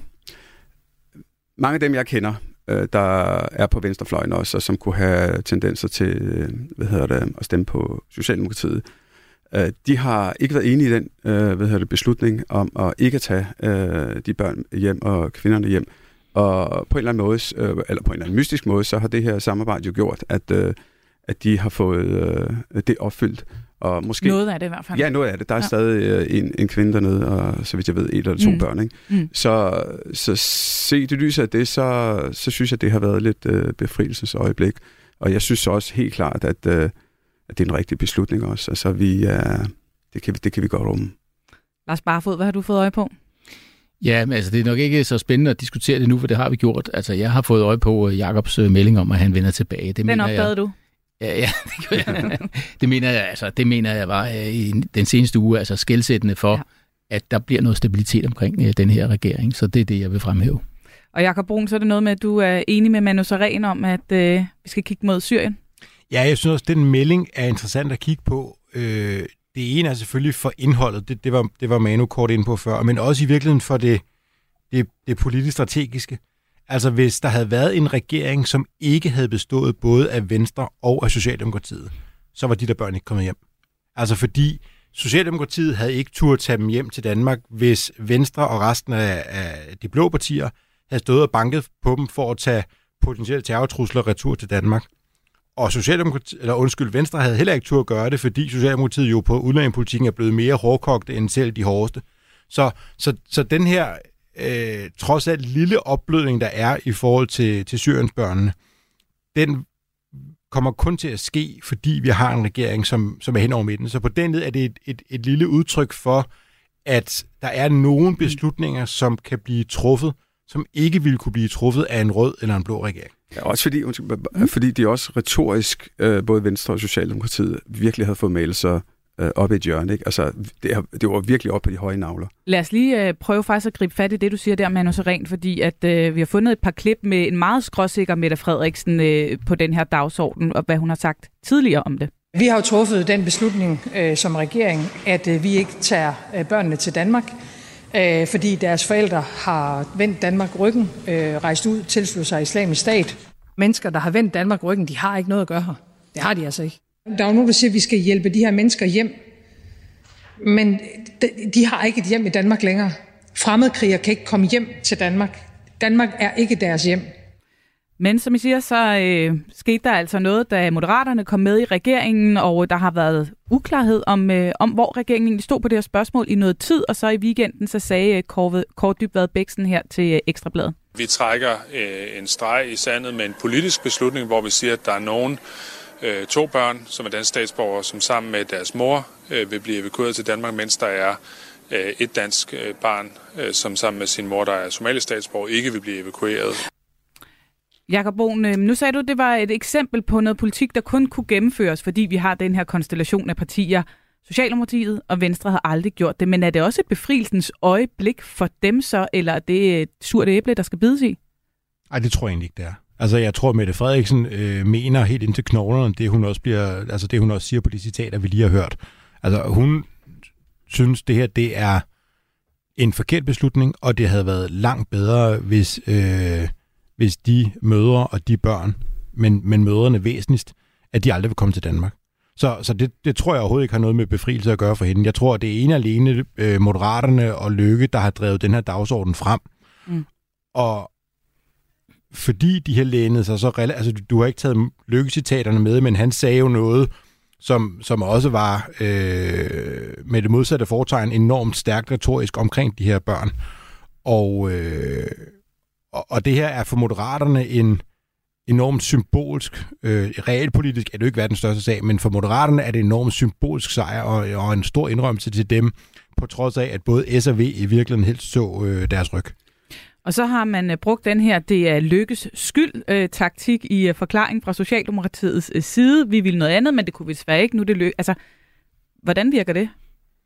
mange af dem, jeg kender, øh, der er på venstrefløjen også, og som kunne have tendenser til øh, hvad hedder det, at stemme på Socialdemokratiet, øh, de har ikke været enige i den øh, hvad hedder det, beslutning om at ikke at tage øh, de børn hjem og kvinderne hjem. Og på en eller anden måde, øh, eller på en eller anden mystisk måde, så har det her samarbejde jo gjort, at, øh, at de har fået øh, det opfyldt. Og måske, noget af det i hvert fald. Ja, noget af det. Der er ja. stadig øh, en, en kvinde dernede, og så vidt jeg ved, et eller to mm. børn. Ikke? Mm. Så, så se det lyset af det, så, så synes jeg, det har været lidt øh, befrielsesøjeblik. Og jeg synes også helt klart, at, øh, at det er en rigtig beslutning også. Altså, vi, øh, det, kan, det kan vi godt rumme. Lars Barfod, hvad har du fået øje på? Ja, men altså, det er nok ikke så spændende at diskutere det nu, for det har vi gjort. Altså, jeg har fået øje på Jacobs melding om, at han vender tilbage. Det Den opdagede jeg, du? Ja, ja, det, jeg. det mener jeg, altså, det mener jeg var øh, i den seneste uge, altså skelsættende for, ja. at der bliver noget stabilitet omkring øh, den her regering. Så det er det, jeg vil fremhæve. Og Jakob Brun, så er det noget med, at du er enig med Manu Sareen om, at øh, vi skal kigge mod Syrien? Ja, jeg synes også, at den melding er interessant at kigge på. Øh, det ene er selvfølgelig for indholdet, det, det, var, det var Manu kort inde på før, men også i virkeligheden for det, det, det politisk strategiske. Altså hvis der havde været en regering, som ikke havde bestået både af Venstre og af Socialdemokratiet, så var de der børn ikke kommet hjem. Altså fordi Socialdemokratiet havde ikke turde tage dem hjem til Danmark, hvis Venstre og resten af, af de blå partier havde stået og banket på dem for at tage potentielle terrortrusler retur til Danmark. Og Socialdemokratiet, eller undskyld, Venstre havde heller ikke turde gøre det, fordi Socialdemokratiet jo på udlændingepolitikken er blevet mere hårdkogte end selv de hårdeste. Så, så, så den her øh, trods alt lille opblødning, der er i forhold til, til Syriensbørnene, den kommer kun til at ske, fordi vi har en regering, som, som er hen over midten. Så på den led er det et, et, et lille udtryk for, at der er nogle beslutninger, som kan blive truffet, som ikke ville kunne blive truffet af en rød eller en blå regering. Ja, også fordi, mm. fordi de også retorisk, øh, både Venstre og Socialdemokratiet, virkelig havde fået malet sig øh, op i et hjørne. Ikke? Altså, det, det var virkelig op på de høje navler. Lad os lige øh, prøve faktisk at gribe fat i det, du siger der, Manu Sareen, fordi at, øh, vi har fundet et par klip med en meget skråsikker Mette Frederiksen øh, på den her dagsorden, og hvad hun har sagt tidligere om det. Vi har jo truffet den beslutning øh, som regering, at øh, vi ikke tager øh, børnene til Danmark, øh, fordi deres forældre har vendt Danmark ryggen, øh, rejst ud, tilsluttet sig Islamisk Stat. Mennesker, der har vendt Danmark ryggen, de har ikke noget at gøre her. Det har de altså ikke. Der er jo nogen, der siger, at vi skal hjælpe de her mennesker hjem, men de, de har ikke et hjem i Danmark længere. Fremmedkrigere kan ikke komme hjem til Danmark. Danmark er ikke deres hjem. Men som I siger, så øh, skete der altså noget, da Moderaterne kom med i regeringen, og der har været uklarhed om, øh, om hvor regeringen egentlig stod på det her spørgsmål i noget tid, og så i weekenden så sagde øh, Kaare Dybvad Bæksen her til øh, Ekstra Bladet. Vi trækker øh, en streg i sandet med en politisk beslutning, hvor vi siger, at der er nogen øh, to børn, som er danske statsborgere, som sammen med deres mor øh, vil blive evakueret til Danmark, mens der er øh, et dansk øh, barn, øh, som sammen med sin mor, der er somalisk statsborger, ikke vil blive evakueret. Jakob Brun, nu sagde du, at det var et eksempel på noget politik, der kun kunne gennemføres, fordi vi har den her konstellation af partier. Socialdemokratiet og Venstre har aldrig gjort det, men er det også et befrielsens øjeblik for dem så, eller er det et surt æble, der skal bides i? Nej, det tror jeg egentlig ikke, det er. Altså, jeg tror, Mette Frederiksen øh, mener helt ind til knoglerne, det hun også bliver, altså det hun også siger på de citater, vi lige har hørt. Altså, hun synes, det her, det er en forkert beslutning, og det havde været langt bedre, hvis... Øh, hvis de mødre og de børn, men, men mødrene væsentligst, at de aldrig vil komme til Danmark. Så, så det, det tror jeg overhovedet ikke har noget med befrielse at gøre for hende. Jeg tror, at det er ene alene øh, Moderaterne og Løkke, der har drevet den her dagsorden frem. Mm. Og fordi de har lænet sig så... Altså, du, du har ikke taget Løkke-citaterne med, men han sagde jo noget, som, som også var øh, med det modsatte foretegn enormt stærkt retorisk omkring de her børn. Og... Øh, Og det her er for Moderaterne en enormt symbolsk, øh, realpolitisk er det jo ikke verdens største sag, men for Moderaterne er det en enormt symbolsk sejr og, og en stor indrømmelse til dem, på trods af, at både S og V i virkeligheden helst så øh, deres ryg. Og så har man øh, brugt den her, det er Løkkes skyld-taktik øh, i øh, forklaring fra Socialdemokratiets øh, side. Vi ville noget andet, men det kunne vi desværre ikke. Nu er det Løkke. Altså, hvordan virker det?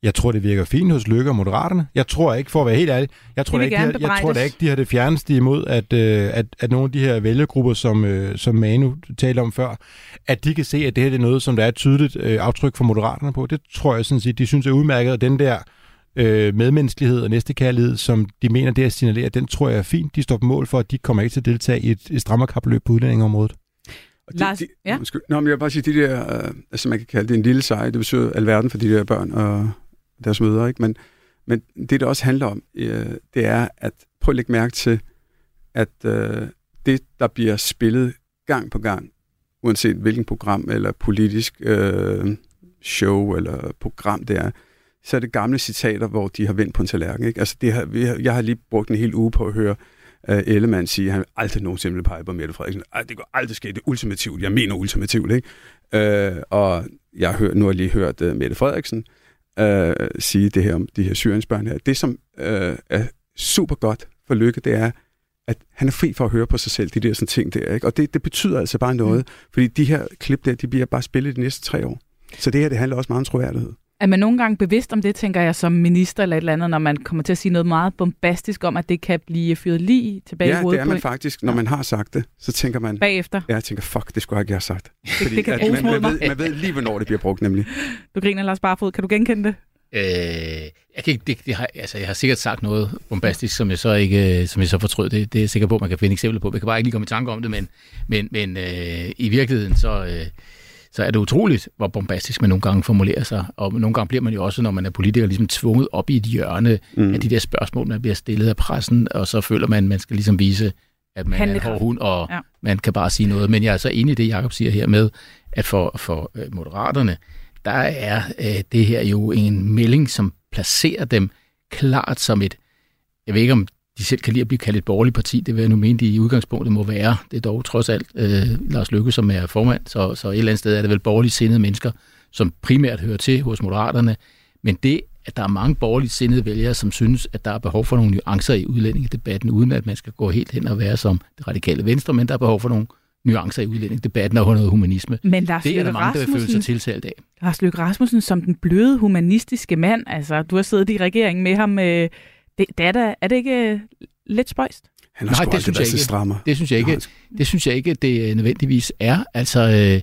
Jeg tror, det virker fint hos Løkke og Moderaterne. Jeg tror ikke, for at være helt ærlig, jeg tror, da ikke, de har, jeg tror da ikke, de har det fjerneste imod, at, øh, at, at nogle af de her vælgergrupper, som, øh, som Manu talte om før, at de kan se, at det her er noget, som der er et tydeligt øh, aftryk for Moderaterne på. Det tror jeg sådan set, de synes er udmærket, og den der øh, medmenneskelighed og næstekærlighed, som de mener, det at signalere, den tror jeg er fint. De står på mål for, at de kommer ikke til at deltage i et, et strammerkapløb på udlændingområdet. De, Lars, de, ja? Nå, men jeg vil bare sige, de der, øh, altså man kan kalde det en lille sejr, det betyder alverden for de der børn og deres mødre, ikke? Men, men det, der også handler om, øh, det er, at prøv at lægge mærke til, at øh, det, der bliver spillet gang på gang, uanset hvilken program eller politisk øh, show eller program det er, så er det gamle citater, hvor de har vendt på en tallerken, ikke? Altså, det har, vi har, jeg har lige brugt en hel uge på at høre uh, Ellemann sige, at han aldrig nogensinde vil pege på Mette Frederiksen. Ej, det går aldrig ske, det er ultimativt. Jeg mener ultimativt, ikke? Uh, og jeg har hørt, nu har jeg lige hørt uh, Mette Frederiksen uh, sige det her om de her syriensbørn her. Det, som uh, er super godt for Løkke, det er, at han er fri for at høre på sig selv, de der sådan ting der, ikke? Og det, det betyder altså bare noget, mm. fordi de her klip der, de bliver bare spillet de næste tre år. Så det her, det handler også meget om troværdighed. Er man nogle gange bevidst om det, tænker jeg, som minister eller et eller andet, når man kommer til at sige noget meget bombastisk om, at det kan blive fyret lige tilbage ja, i hovedet? Ja, det er man faktisk. Når man har sagt det, så tænker man... Bagefter? Ja, jeg tænker, fuck, det skulle jeg ikke have sagt. Fordi det kan at man, man, ved, man ved lige, hvornår det bliver brugt, nemlig. Du griner, Lars Barfod. Kan du genkende det? Øh, jeg, kan ikke, det, det har, altså, jeg har sikkert sagt noget bombastisk, som jeg så ikke, som jeg så fortrød. Det, det er jeg sikker på, at man kan finde eksempler på. Jeg kan bare ikke lige komme i tanke om det, men, men, men øh, i virkeligheden så... Øh, så er det utroligt, hvor bombastisk man nogle gange formulerer sig. Og nogle gange bliver man jo også, når man er politiker, ligesom tvunget op i et hjørne mm. af de der spørgsmål, man bliver stillet af pressen, og så føler man, at man skal ligesom vise, at man Handlekraft. er en hård hund, og ja. man kan bare sige noget. Men jeg er så enig i det, Jacob siger her med, at for, for øh, Moderaterne, der er øh, det her jo en melding, som placerer dem klart som et, jeg ved ikke om de selv kan lide at blive kaldt et borgerligt parti, det vil jeg nu mene, de i udgangspunktet må være. Det er dog trods alt øh, Lars Løkke, som er formand, så, så et eller andet sted er det vel borgerligt sindede mennesker, som primært hører til hos Moderaterne. Men det, at der er mange borgerligt sindede vælgere, som synes, at der er behov for nogle nuancer i udlændingedebatten, uden at man skal gå helt hen og være som det radikale venstre, men der er behov for nogle nuancer i udlændingedebatten og noget humanisme. Men Lars det er der mange, der vil føle sig tiltalt af. Lars Løkke Rasmussen som den bløde humanistiske mand, altså du har siddet i regeringen med ham, øh, det, det er, der, er det ikke lidt spøjst? Han har Nej, det synes, jeg ikke, strammer. det synes jeg ikke. Det synes jeg ikke, det nødvendigvis er. Altså,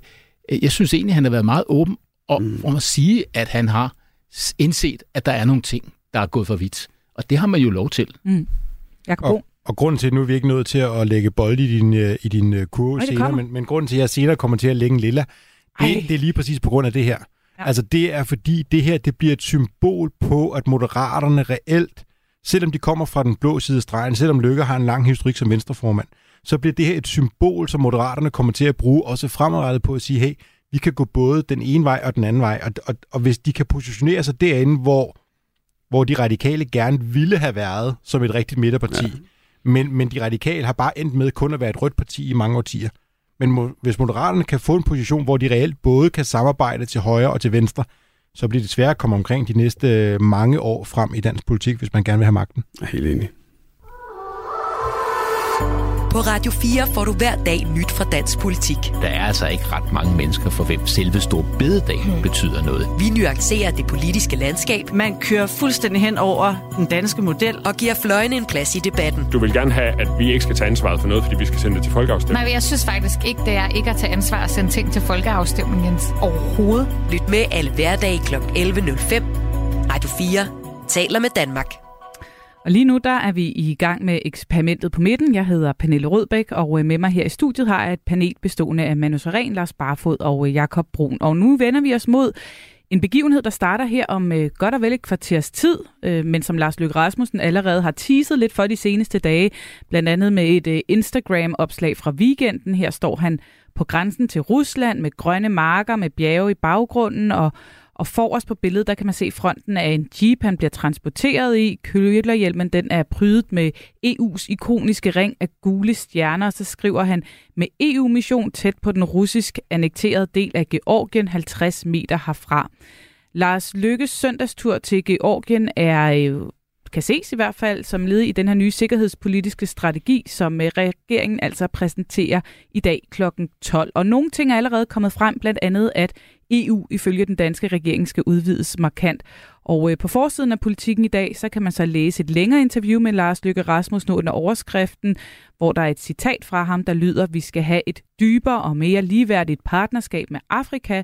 øh, jeg synes egentlig, han har været meget åben om, mm. om at sige, at han har indset, at der er nogle ting, der er gået for vidt. Og det har man jo lov til. Mm. Og, og grunden til, at nu er vi ikke nået til at lægge bold i din, i din kurve senere, men, men grunden til, at jeg senere kommer til at lægge en lilla, det, det er lige præcis på grund af det her. Ja. Altså, det er fordi, det her det bliver et symbol på, at Moderaterne reelt, selvom de kommer fra den blå side af stregen, selvom Løkke har en lang historik som venstreformand, så bliver det her et symbol, som Moderaterne kommer til at bruge også fremadrettet på at sige, hey, vi kan gå både den ene vej og den anden vej, og, og, og hvis de kan positionere sig derinde, hvor, hvor de radikale gerne ville have været som et rigtigt midterparti, ja. men, men de radikale har bare endt med kun at være et rødt parti i mange årtier. Men mo, hvis Moderaterne kan få en position, hvor de reelt både kan samarbejde til højre og til venstre, så bliver det svært at komme omkring de næste mange år frem i dansk politik, hvis man gerne vil have magten. Jeg er helt enig. På Radio fire får du hver dag nyt fra dansk politik. Der er altså ikke ret mange mennesker, for hvem selve store bededag hmm. betyder noget. Vi nuancerer det politiske landskab. Man kører fuldstændig hen over den danske model. Og giver fløjene en plads i debatten. Du vil gerne have, at vi ikke skal tage ansvaret for noget, fordi vi skal sende det til folkeafstemning. Nej, jeg synes faktisk ikke, det er ikke at tage ansvar og sende ting til folkeafstemning, Jens. Overhovedet. Lyt med alle hverdage kl. elleve nul fem. Radio fire taler med Danmark. Og lige nu der er vi i gang med eksperimentet på midten. Jeg hedder Pernille Rødbæk, og med mig her i studiet har jeg et panel bestående af Manu Sareen, Lars Barfod og Jacob Brun. Og nu vender vi os mod en begivenhed, der starter her om øh, godt og vel et kvarters tid, øh, men som Lars Løkke Rasmussen allerede har teaset lidt for de seneste dage, blandt andet med et øh, Instagram-opslag fra weekenden. Her står han på grænsen til Rusland med grønne marker, med bjerge i baggrunden, og Og forrest på billedet, der kan man se fronten af en jeep, han bliver transporteret i. Kølerhjelmen, den er prydet med E U's ikoniske ring af gule stjerner. Og så skriver han, med E U-mission tæt på den russisk annekterede del af Georgien, halvtreds meter herfra. Lars Løkkes søndagstur til Georgien er øh, kan ses i hvert fald som led i den her nye sikkerhedspolitiske strategi, som regeringen altså præsenterer i dag klokken tolv. Og nogle ting er allerede kommet frem, blandt andet at E U ifølge den danske regering skal udvides markant. Og på forsiden af Politikken i dag, så kan man så læse et længere interview med Lars Løkke Rasmussen under overskriften, hvor der er et citat fra ham, der lyder: "Vi skal have et dybere og mere ligeværdigt partnerskab med Afrika."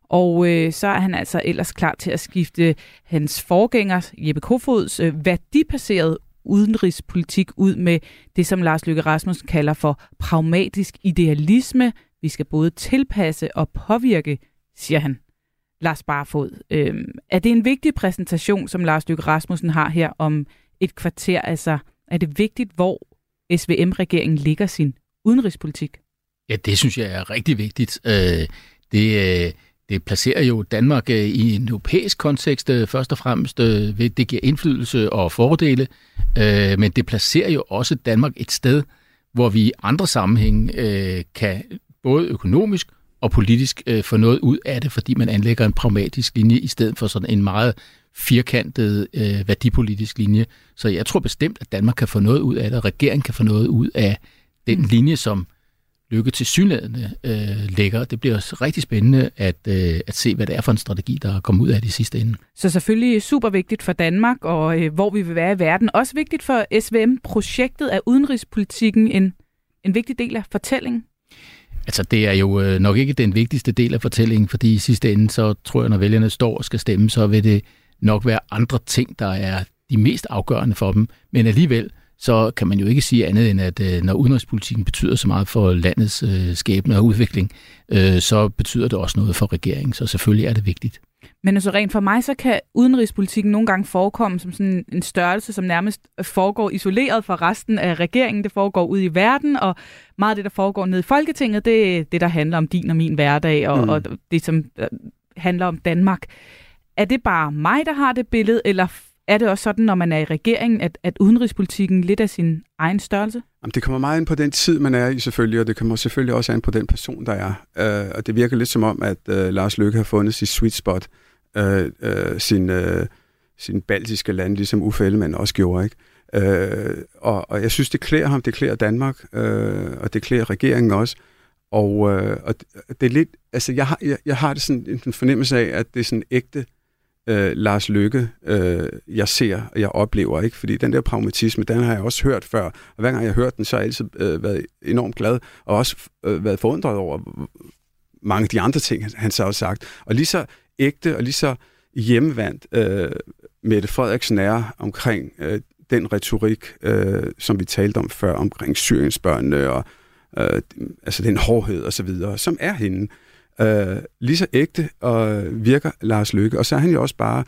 Og øh, så er han altså ellers klar til at skifte hans forgænger, Jeppe Kofods, øh, værdibaserede udenrigspolitik ud med det, som Lars Løkke Rasmussen kalder for pragmatisk idealisme. Vi skal både tilpasse og påvirke, siger han. Lars Barfod, øh, er det en vigtig præsentation, som Lars Løkke Rasmussen har her om et kvarter? Altså, er det vigtigt, hvor S V M-regeringen ligger sin udenrigspolitik? Ja, det synes jeg er rigtig vigtigt. Øh, det, øh, det placerer jo Danmark øh, i en europæisk kontekst, øh, først og fremmest øh, ved, det giver indflydelse og fordele, øh, men det placerer jo også Danmark et sted, hvor vi i andre sammenhænge øh, kan både økonomisk og politisk øh, få noget ud af det, fordi man anlægger en pragmatisk linje i stedet for sådan en meget firkantet øh, værdipolitisk linje. Så jeg tror bestemt, at Danmark kan få noget ud af det, og regeringen kan få noget ud af den linje, som Løkke tilsyneladende øh, lægger. Det bliver også rigtig spændende at, øh, at se, hvad det er for en strategi, der kommer ud af det sidste ende. Så selvfølgelig super vigtigt for Danmark, og øh, hvor vi vil være i verden. Også vigtigt for S V M-projektet. Af udenrigspolitikken en, en vigtig del af fortællingen? Altså, det er jo øh, nok ikke den vigtigste del af fortællingen, fordi i sidste ende, så tror jeg, når vælgerne står og skal stemme, så vil det nok være andre ting, der er de mest afgørende for dem. Men alligevel, så kan man jo ikke sige andet end, at øh, når udenrigspolitikken betyder så meget for landets øh, skæbne og udvikling, øh, så betyder det også noget for regeringen, så selvfølgelig er det vigtigt. Men altså rent for mig, så kan udenrigspolitikken nogle gange forekomme som sådan en størrelse, som nærmest foregår isoleret fra resten af regeringen. Det foregår ude i verden, og meget af det, der foregår nede i Folketinget, det er det, der handler om din og min hverdag, og, mm. og det, som handler om Danmark. Er det bare mig, der har det billede, eller er det også sådan, når man er i regeringen, at, at udenrigspolitikken lidt af sin egen størrelse? Jamen, det kommer meget ind på den tid, man er i selvfølgelig, og det kommer selvfølgelig også ind på den person, der er. Uh, og det virker lidt som om, at uh, Lars Løkke har fundet sit sweet spot, uh, uh, sin, uh, sin baltiske land, ligesom Uffe Ellemann også gjorde, ikke? Uh, og, og jeg synes, det klæder ham, det klæder Danmark, uh, og det klæder regeringen også. Og, uh, og det er lidt, altså jeg har, jeg, jeg har det sådan en fornemmelse af, at det er sådan ægte Uh, Lars Løkke, uh, jeg ser og jeg oplever, ikke? Fordi den der pragmatisme, den har jeg også hørt før, og hver gang jeg har hørt den, så har jeg altid uh, været enormt glad, og også uh, været forundret over mange af de andre ting, han så har sagt. Og lige så ægte og lige så hjemmevandt uh, Mette Frederiksen er omkring uh, den retorik, uh, som vi talte om før, omkring Syriensbørnene, og uh, altså den hårdhed og så videre, som er hende. Uh, lige så ægte og virker Lars Løkke, og så er han jo også bare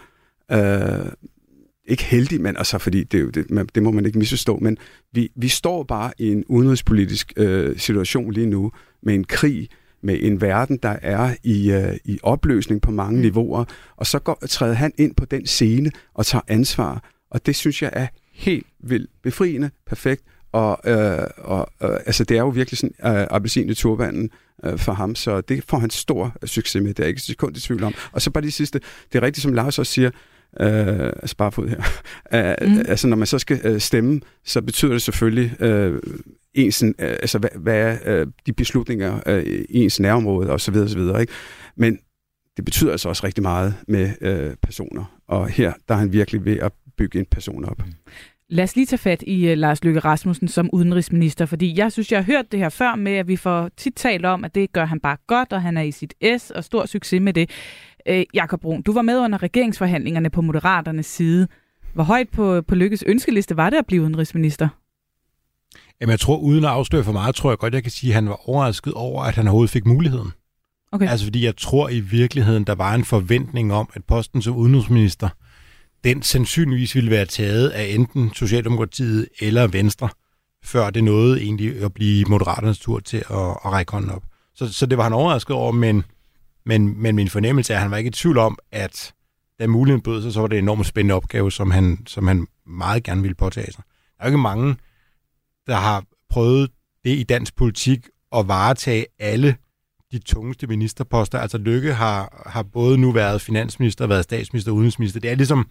uh, ikke heldig, men altså, fordi det, det, man, det må man ikke misforstå, men vi, vi står bare i en udenrigspolitisk uh, situation lige nu, med en krig, med en verden, der er i, uh, i opløsning på mange niveauer, og så går, træder han ind på den scene og tager ansvar, og det synes jeg er helt vildt befriende, perfekt, og, uh, og uh, altså, det er jo virkelig sådan uh, appelsin i turbanen for ham, så det får han stor succes med, det er ikke et sekund i tvivl om. Og så bare det sidste, det er rigtigt, som Lars også siger, øh, altså bare fod her, uh, mm. altså når man så skal uh, stemme, så betyder det selvfølgelig uh, ens, uh, altså hvad, hvad er uh, de beslutninger uh, i ens nærområde, og så videre, og så videre, ikke? Men det betyder altså også rigtig meget med uh, personer, og her, der er han virkelig ved at bygge en person op. Mm. Lad os lige tage fat i uh, Lars Løkke Rasmussen som udenrigsminister, fordi jeg synes, jeg har hørt det her før med, at vi får tit talt om, at det gør han bare godt, og han er i sit S, og stor succes med det. Uh, Jakob Brun, du var med under regeringsforhandlingerne på Moderaternes side. Hvor højt på, på Løkkes ønskeliste var det at blive udenrigsminister? Jamen, jeg tror, uden at afsløre for meget, tror jeg godt, jeg kan sige, at han var overrasket over, at han overhovedet fik muligheden. Okay. Altså, fordi jeg tror i virkeligheden, der var en forventning om, at posten som udenrigsminister, den sandsynligvis ville være taget af enten Socialdemokratiet eller Venstre, før det nåede egentlig at blive Moderaternes tur til at, at række hånden op. Så, så det var han overrasket over, men, men, men min fornemmelse er, at han var ikke i tvivl om, at da muligheden bød sig, så var det en enormt spændende opgave, som han, som han meget gerne ville påtage sig. Der er jo ikke mange, der har prøvet det i dansk politik at varetage alle de tungeste ministerposter. Altså Løkke har, har både nu været finansminister, været statsminister og udenrigsminister. Det er ligesom,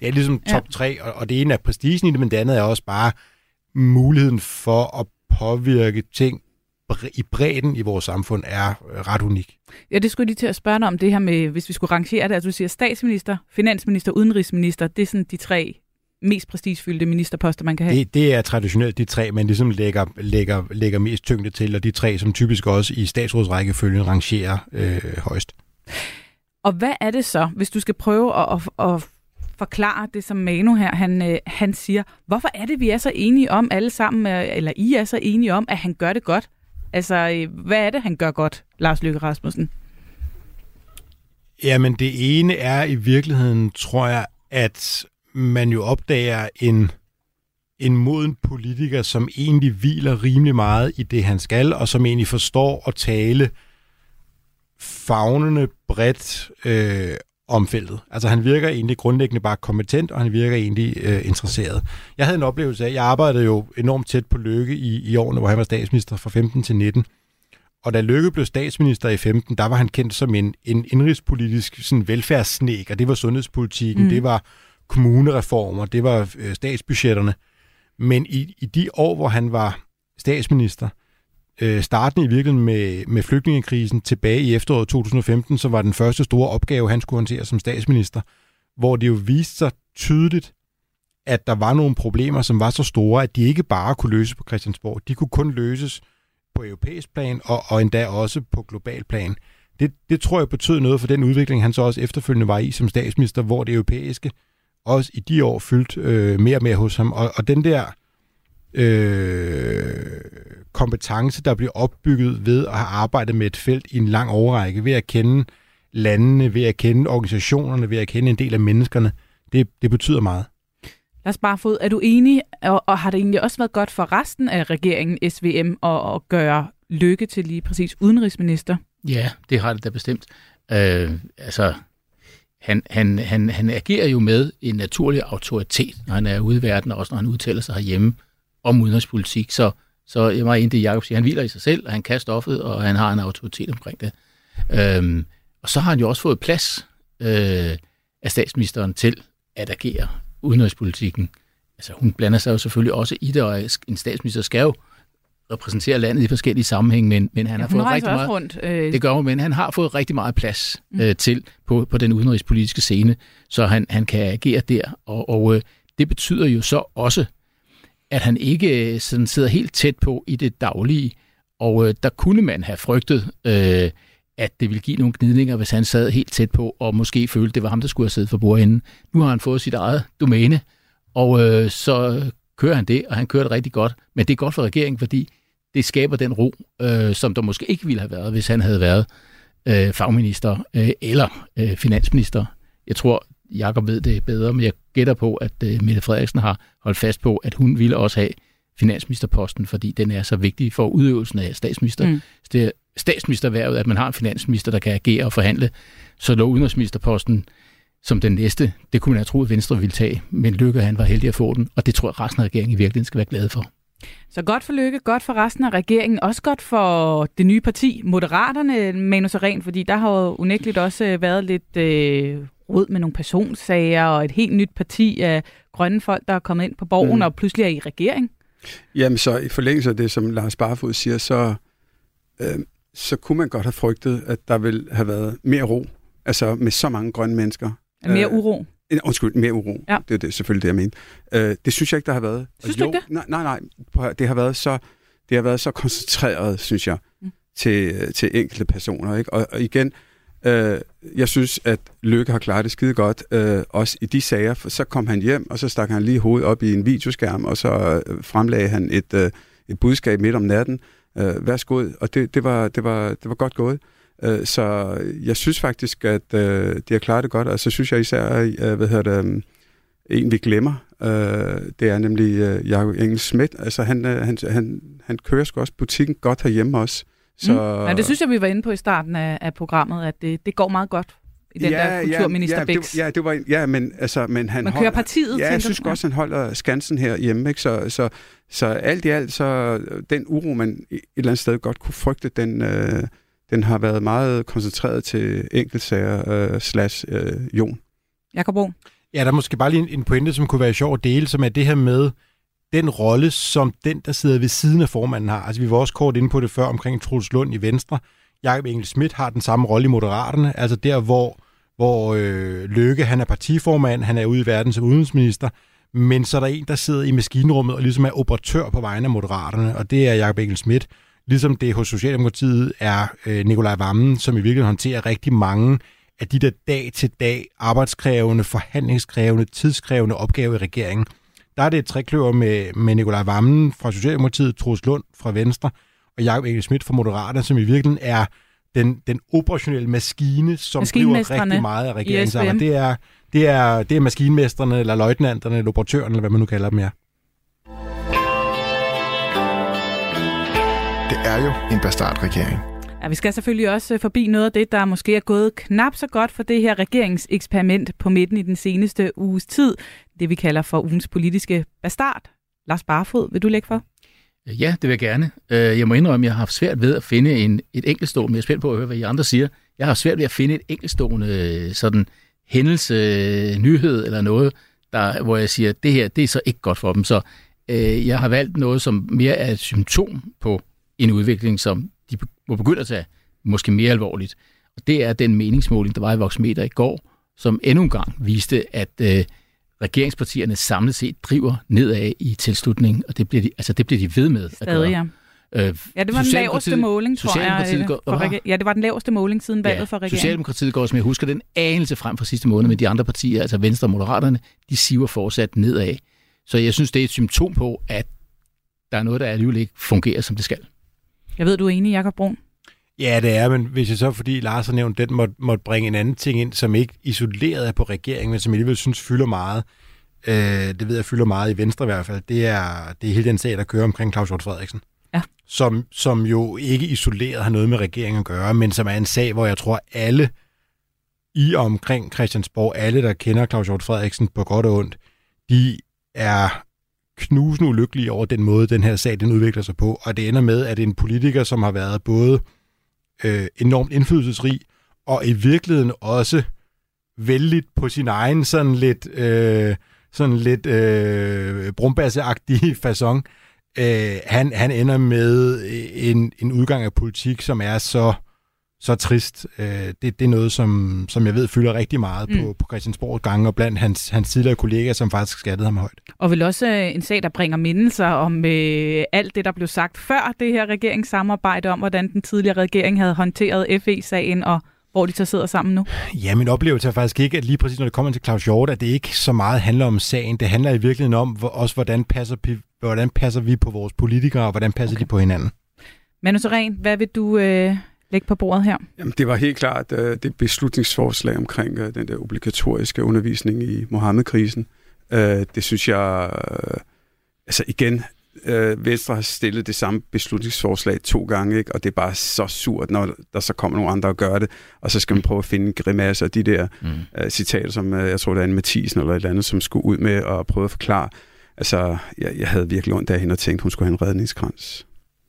det er ligesom top tre, og, og det ene er prestigen i det, men det andet er også bare muligheden for at påvirke ting i bredden i vores samfund er ret unik. Ja, det skulle jeg lige til at spørge dig om det her med, hvis vi skulle rangere det. Altså du siger statsminister, finansminister, udenrigsminister, det er sådan de tre mest prestigefyldte ministerposter, man kan have. Det, det er traditionelt de tre, man ligesom lægger, lægger, lægger mest tyngde til, og de tre, som typisk også i statsrådsrækkefølgen rangerer øh, højst. Og hvad er det så, hvis du skal prøve at, at, at forklare det, som Manu her, han, øh, han siger. Hvorfor er det, vi er så enige om alle sammen, eller I er så enige om, at han gør det godt? Altså, hvad er det, han gør godt, Lars Løkke Rasmussen? Jamen, det ene er i virkeligheden, tror jeg, at man jo opdager en, en moden politiker, som egentlig hviler rimelig meget i det, han skal, og som egentlig forstår at tale favnende bredt øh, om feltet. Altså, han virker egentlig grundlæggende bare kompetent, og han virker egentlig øh, interesseret. Jeg havde en oplevelse af, jeg arbejdede jo enormt tæt på Løkke i, i årene, hvor han var statsminister fra femten til nitten. Og da Løkke blev statsminister i femten, der var han kendt som en, en indrigspolitisk sådan velfærdssnæk, og det var sundhedspolitikken, mm. det var kommunereformer, det var øh, statsbudgetterne. Men i, i de år, hvor han var statsminister, øh, startende i virkeligheden med, med flygtningekrisen tilbage i efteråret to tusind og femten, så var den første store opgave, han skulle håndtere som statsminister, hvor det jo viste sig tydeligt, at der var nogle problemer, som var så store, at de ikke bare kunne løses på Christiansborg. De kunne kun løses på europæisk plan, og, og endda også på global plan. Det, det tror jeg betød noget for den udvikling, han så også efterfølgende var i som statsminister, hvor det europæiske også i de år fyldt øh, mere og mere hos ham. Og, og den der øh, kompetence, der bliver opbygget ved at have arbejdet med et felt i en lang årrække, ved at kende landene, ved at kende organisationerne, ved at kende en del af menneskerne, det, det betyder meget. Lars Barfoed, er du enig, og, og har det egentlig også været godt for resten af regeringen, S V M, at, at gøre Løkke til lige præcis udenrigsminister? Ja, det har det da bestemt. Øh, altså, han, han, han, han agerer jo med en naturlig autoritet, når han er ude i verden, og også når han udtaler sig herhjemme om udenrigspolitik. Så, så jeg var enig i det, Jacob siger. Han hviler i sig selv, og han kan stoffet, og han har en autoritet omkring det. Øh, og så har han jo også fået plads øh, af statsministeren til at agere udenrigspolitikken. Altså, hun blander sig jo selvfølgelig også i det, og en statsminister skal jo repræsentere landet i forskellige sammenhænge, men, men han ja, har fået rigtig meget... Rundt, øh... Det gør hun, men han har fået rigtig meget plads øh, mm. til på, på den udenrigspolitiske scene, så han, han kan agere der. Og, og øh, det betyder jo så også, at han ikke sådan sidder helt tæt på i det daglige, og øh, der kunne man have frygtet, øh, at det ville give nogle gnidninger, hvis han sad helt tæt på, og måske følte, det var ham, der skulle have siddet for bordenden. Nu har han fået sit eget domæne, og øh, så kører han det, og han kører det rigtig godt. Men det er godt for regeringen, fordi det skaber den ro, øh, som der måske ikke ville have været, hvis han havde været øh, fagminister øh, eller øh, finansminister. Jeg tror, Jacob ved det bedre, men jeg gætter på, at øh, Mette Frederiksen har holdt fast på, at hun ville også have finansministerposten, fordi den er så vigtig for udøvelsen af statsminister. Mm. Det er statsministerhvervet, at man har en finansminister, der kan agere og forhandle, så lå udenrigsministerposten som den næste. Det kunne man have troet, at Venstre ville tage, men Løkke, han var heldig at få den, og det tror jeg, resten af regeringen i virkeligheden skal være glade for. Så godt for Løkke, godt for resten af regeringen, også godt for det nye parti, Moderaterne, Manu Sareen, fordi der har jo unægteligt også været lidt øh, rod med nogle personsager, og et helt nyt parti af grønne folk, der er kommet ind på borgen, mm. og pludselig er i regering. Jamen så i forlængelse af det, som Lars Barfoed siger, så, øh, så kunne man godt have frygtet, at der ville have været mere ro, altså med så mange grønne mennesker. Mere uro? Øh, undskyld, mere uro. Ja. Det er det, selvfølgelig det, jeg mener. Øh, det synes jeg ikke, der har været. Synes du ikke det? Nej, nej, nej. Det har været så, det har været så koncentreret, synes jeg, mm. til, til enkelte personer. Ikke? Og, og igen, øh, jeg synes, at Løkke har klaret det skide godt, øh, også i de sager. For så kom han hjem, og så stak han lige hovedet op i en videoskærm, og så øh, fremlagde han et, øh, et budskab midt om natten. Øh, værsgo, og det, det, var, det, var, det var godt gået. Øh, så jeg synes faktisk, at øh, de har klaret det godt, og så synes jeg især, øh, hvad hedder det, um, en vi glemmer, øh, det er nemlig øh, Jacob Engel-Schmidt. Altså han, øh, han, han, han kører sgu også butikken godt herhjemme også. Så... Mm. Ja, det synes jeg, vi var inde på i starten af, af programmet, at det, det går meget godt i den ja, der kulturminister ja, Bix. Ja, det var, ja, men altså, men han Man kører holder, partiet. Ja, jeg synes ja. også, han holder skansen herhjemme, ikke? Så, så, så alt i alt, så den uro, man et eller andet sted godt kunne frygte, den, øh, den har været meget koncentreret til enkeltsager øh, slash øh, Jon. Jacob Bo? Ja, der er måske bare lige en, en pointe, som kunne være sjov at dele, som er det her med den rolle, som den, der sidder ved siden af formanden har. Altså, vi var også kort inde på det før omkring Troels Lund i Venstre. Jakob Engel-Schmidt har den samme rolle i Moderaterne, altså der, hvor, hvor øh, Løkke, han er partiformand, han er ude i verden som udenrigsminister, men så er der en, der sidder i maskinrummet og ligesom er operatør på vegne af Moderaterne, og det er Jakob Engel-Schmidt. Ligesom det hos Socialdemokratiet er øh, Nikolaj Wammen, som i virkeligheden håndterer rigtig mange af de der dag-til-dag arbejdskrævende, forhandlingskrævende, tidskrævende opgaver i regeringen. Der er det et trekløver med, med Nikolaj Wammen fra Socialdemokratiet, Troels Lund fra Venstre og Jakob Engel-Schmidt fra Moderaterne, som i virkeligheden er den, den operationelle maskine, som driver rigtig meget af regeringsarbejdet. Det er, det, er, det er maskinmestrene, eller løjtnanterne, eller operatørerne, eller hvad man nu kalder dem, ja. Det er jo en bastardregering. Ja, vi skal selvfølgelig også forbi noget af det, der måske er gået knap så godt for det her regeringseksperiment på midten i den seneste uges tid. Det vi kalder for ugens politiske bastard. Lars Barfod, vil du lægge for? Ja, det vil jeg gerne. Jeg må indrømme, at jeg har haft svært ved at finde en, et enkeltstående, men jeg er spændt på at høre, hvad I andre siger. Jeg har haft svært ved at finde et enkeltstående sådan hændelse, nyhed eller noget, der, hvor jeg siger, at det her, det er så ikke godt for dem. Så øh, jeg har valgt noget, som mere er et symptom på en udvikling, som de må begynde at tage måske mere alvorligt. Og det er den meningsmåling, der var i Voxmeter i går, som endnu en gang viste, at øh, regeringspartierne samlet set driver nedad i tilslutningen, og det bliver de, altså det bliver de ved med at gøre. Ja. Øh, ja, det var den laveste måling, tror jeg. Går, for reg- ja, det var den laveste måling siden valget ja, for regeringen. Socialdemokratiet går, som jeg husker, den anelse frem fra sidste måned, men de andre partier, altså Venstre og Moderaterne, de siver fortsat nedad. Så jeg synes, det er et symptom på, at der er noget, der alligevel ikke fungerer, som det skal. Jeg ved, du er enig, Jakob Brun? Ja, det er, men hvis jeg så, fordi Lars har nævnt, den måtte, måtte bringe en anden ting ind, som ikke isoleret er på regeringen, men som jeg alligevel synes fylder meget, øh, det ved jeg fylder meget i Venstre i hvert fald, det er, det er hele den sag, der kører omkring Claus Hjort Frederiksen. Ja. Som, som jo ikke isoleret har noget med regeringen at gøre, men som er en sag, hvor jeg tror alle i og omkring Christiansborg, alle der kender Claus Hjort Frederiksen på godt og ondt, de er knusende ulykkelige over den måde, den her sag den udvikler sig på, og det ender med, at en politiker, som har været både øh, enormt indflydelsesrig, og i virkeligheden også vældigt på sin egen sådan lidt, øh, sådan lidt øh, brumbasseagtige facon, øh, han, han ender med en, en udgang af politik, som er så så trist. Det, det er noget, som, som jeg ved fylder rigtig meget mm. på, på Christiansborg gange, og blandt hans, hans tidligere kollegaer, som faktisk skattede ham højt. Og vel også en sag, der bringer mindelser om øh, alt det, der blev sagt før det her regeringssamarbejde, om hvordan den tidligere regering havde håndteret F E-sagen, og hvor de så sidder sammen nu. Ja, min oplevelse er faktisk ikke, at lige præcis når det kommer til Claus Hjort, at det ikke så meget handler om sagen. Det handler i virkeligheden om også, hvordan passer, hvordan passer vi på vores politikere, og hvordan passer okay. de på hinanden. Manu Sareen, hvad vil du... Øh lægge på bordet her? Jamen, det var helt klart uh, det beslutningsforslag omkring uh, den der obligatoriske undervisning i Mohammed-krisen. Uh, det synes jeg, uh, altså igen, uh, Venstre har stillet det samme beslutningsforslag to gange, ikke? Og det er bare så surt, når der så kommer nogle andre og gør det, og så skal man prøve at finde en grimasse af de der mm. uh, citater, som uh, jeg tror, det er Anne Mathisen eller et eller andet, som skulle ud med og prøve at forklare. Altså, jeg, jeg havde virkelig ondt af hende og tænkt, hun skulle have en redningskrans.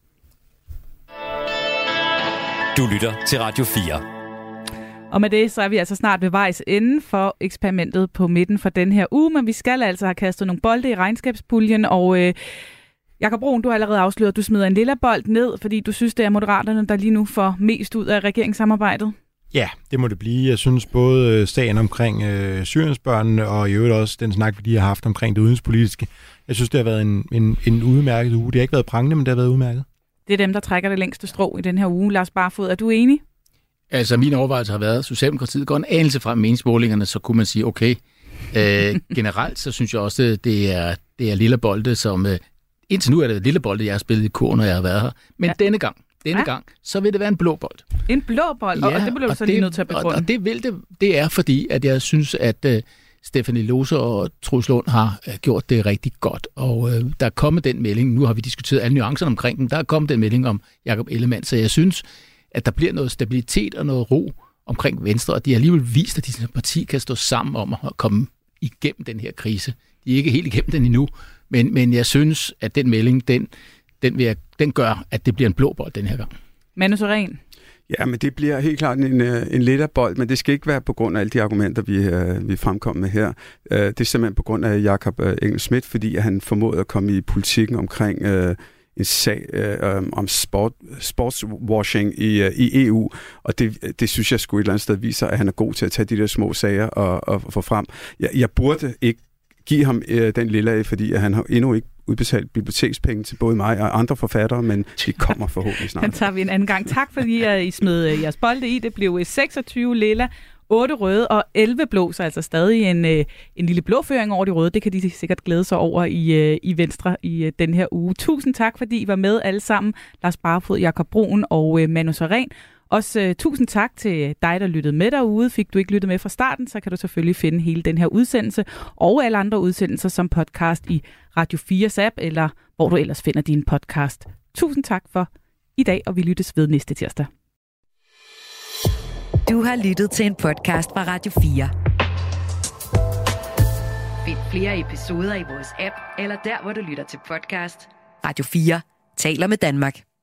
Du lytter til Radio fire. Og med det, så er vi altså snart ved vejs ende for eksperimentet på midten for den her uge, men vi skal altså have kastet nogle bolde i regnskabspuljen, og øh, Jakob Brun, du har allerede afsløret, at du smider en lille bold ned, fordi du synes, det er Moderaterne, der lige nu får mest ud af regeringssamarbejdet. Ja, det må det blive. Jeg synes både sagen omkring øh, Syriensbørnene og i øvrigt også den snak, vi lige har haft omkring det udenrigspolitiske. Jeg synes, det har været en, en, en udmærket uge. Det har ikke været prangende, men det har været udmærket. Det er dem, der trækker det længste strå i den her uge. Lars Barfod, er du enig? Altså, min overvejelse har været, at Socialdemokratiet går en anelse frem med meningsmålingerne, så kunne man sige, okay, øh, generelt så synes jeg også, at det er, det er lille bolde, som... Øh, indtil nu er det lille bolde, jeg har spillet i kor, når jeg har været her. Men ja. denne gang, denne ja. gang, så vil det være en blå bold. En blå bold? Ja, og det bliver du så det, lige nødt til at begrunde. Og, og det vil det, det er fordi, at jeg synes, at øh, Stephanie Lose og Troels Lund har øh, gjort det rigtig godt. Og øh, der er kommet den melding, nu har vi diskuteret alle nuancerne omkring den, der er kommet den melding om Jakob Ellemann, så jeg synes, at der bliver noget stabilitet og noget ro omkring Venstre, og de har alligevel vist, at de som parti kan stå sammen om at komme igennem den her krise. De er ikke helt igennem den endnu, men, men jeg synes, at den melding, den, den, vil jeg, den gør, at det bliver en blå bold den her gang. Manu Sareen? Ja, men det bliver helt klart en, en letterbold, men det skal ikke være på grund af alle de argumenter, vi, uh, vi fremkommer med her. Uh, det er simpelthen på grund af Jakob uh, Engel-Schmidt, fordi han formåede at komme i politikken omkring uh, en sag uh, um, om sport, sportswashing i, uh, i E U, og det, det synes jeg sgu et eller andet sted viser, at han er god til at tage de der små sager og, og få frem. Jeg, jeg burde ikke give ham uh, den lille af, fordi han har endnu ikke udbetalt bibliotekspenge til både mig og andre forfattere, men de kommer forhåbentlig snart. Den tager vi en anden gang. Tak fordi I smed jeres bolde i. Det blev seksogtyve lilla, otte røde og elleve blå, så altså stadig en, en lille blåføring over de røde. Det kan de sikkert glæde sig over i, i Venstre i den her uge. Tusind tak, fordi I var med alle sammen. Lars Barfod, Jakob Bruun og Manu Sareen. Også uh, tusind tak til dig, der lyttede med derude. Fik du ikke lyttet med fra starten, så kan du selvfølgelig finde hele den her udsendelse og alle andre udsendelser som podcast i Radio fires app, eller hvor du ellers finder din podcast. Tusind tak for i dag, og vi lyttes ved næste tirsdag. Du har lyttet til en podcast fra Radio fire. Find flere episoder i vores app, eller der, hvor du lytter til podcast. Radio fire taler med Danmark.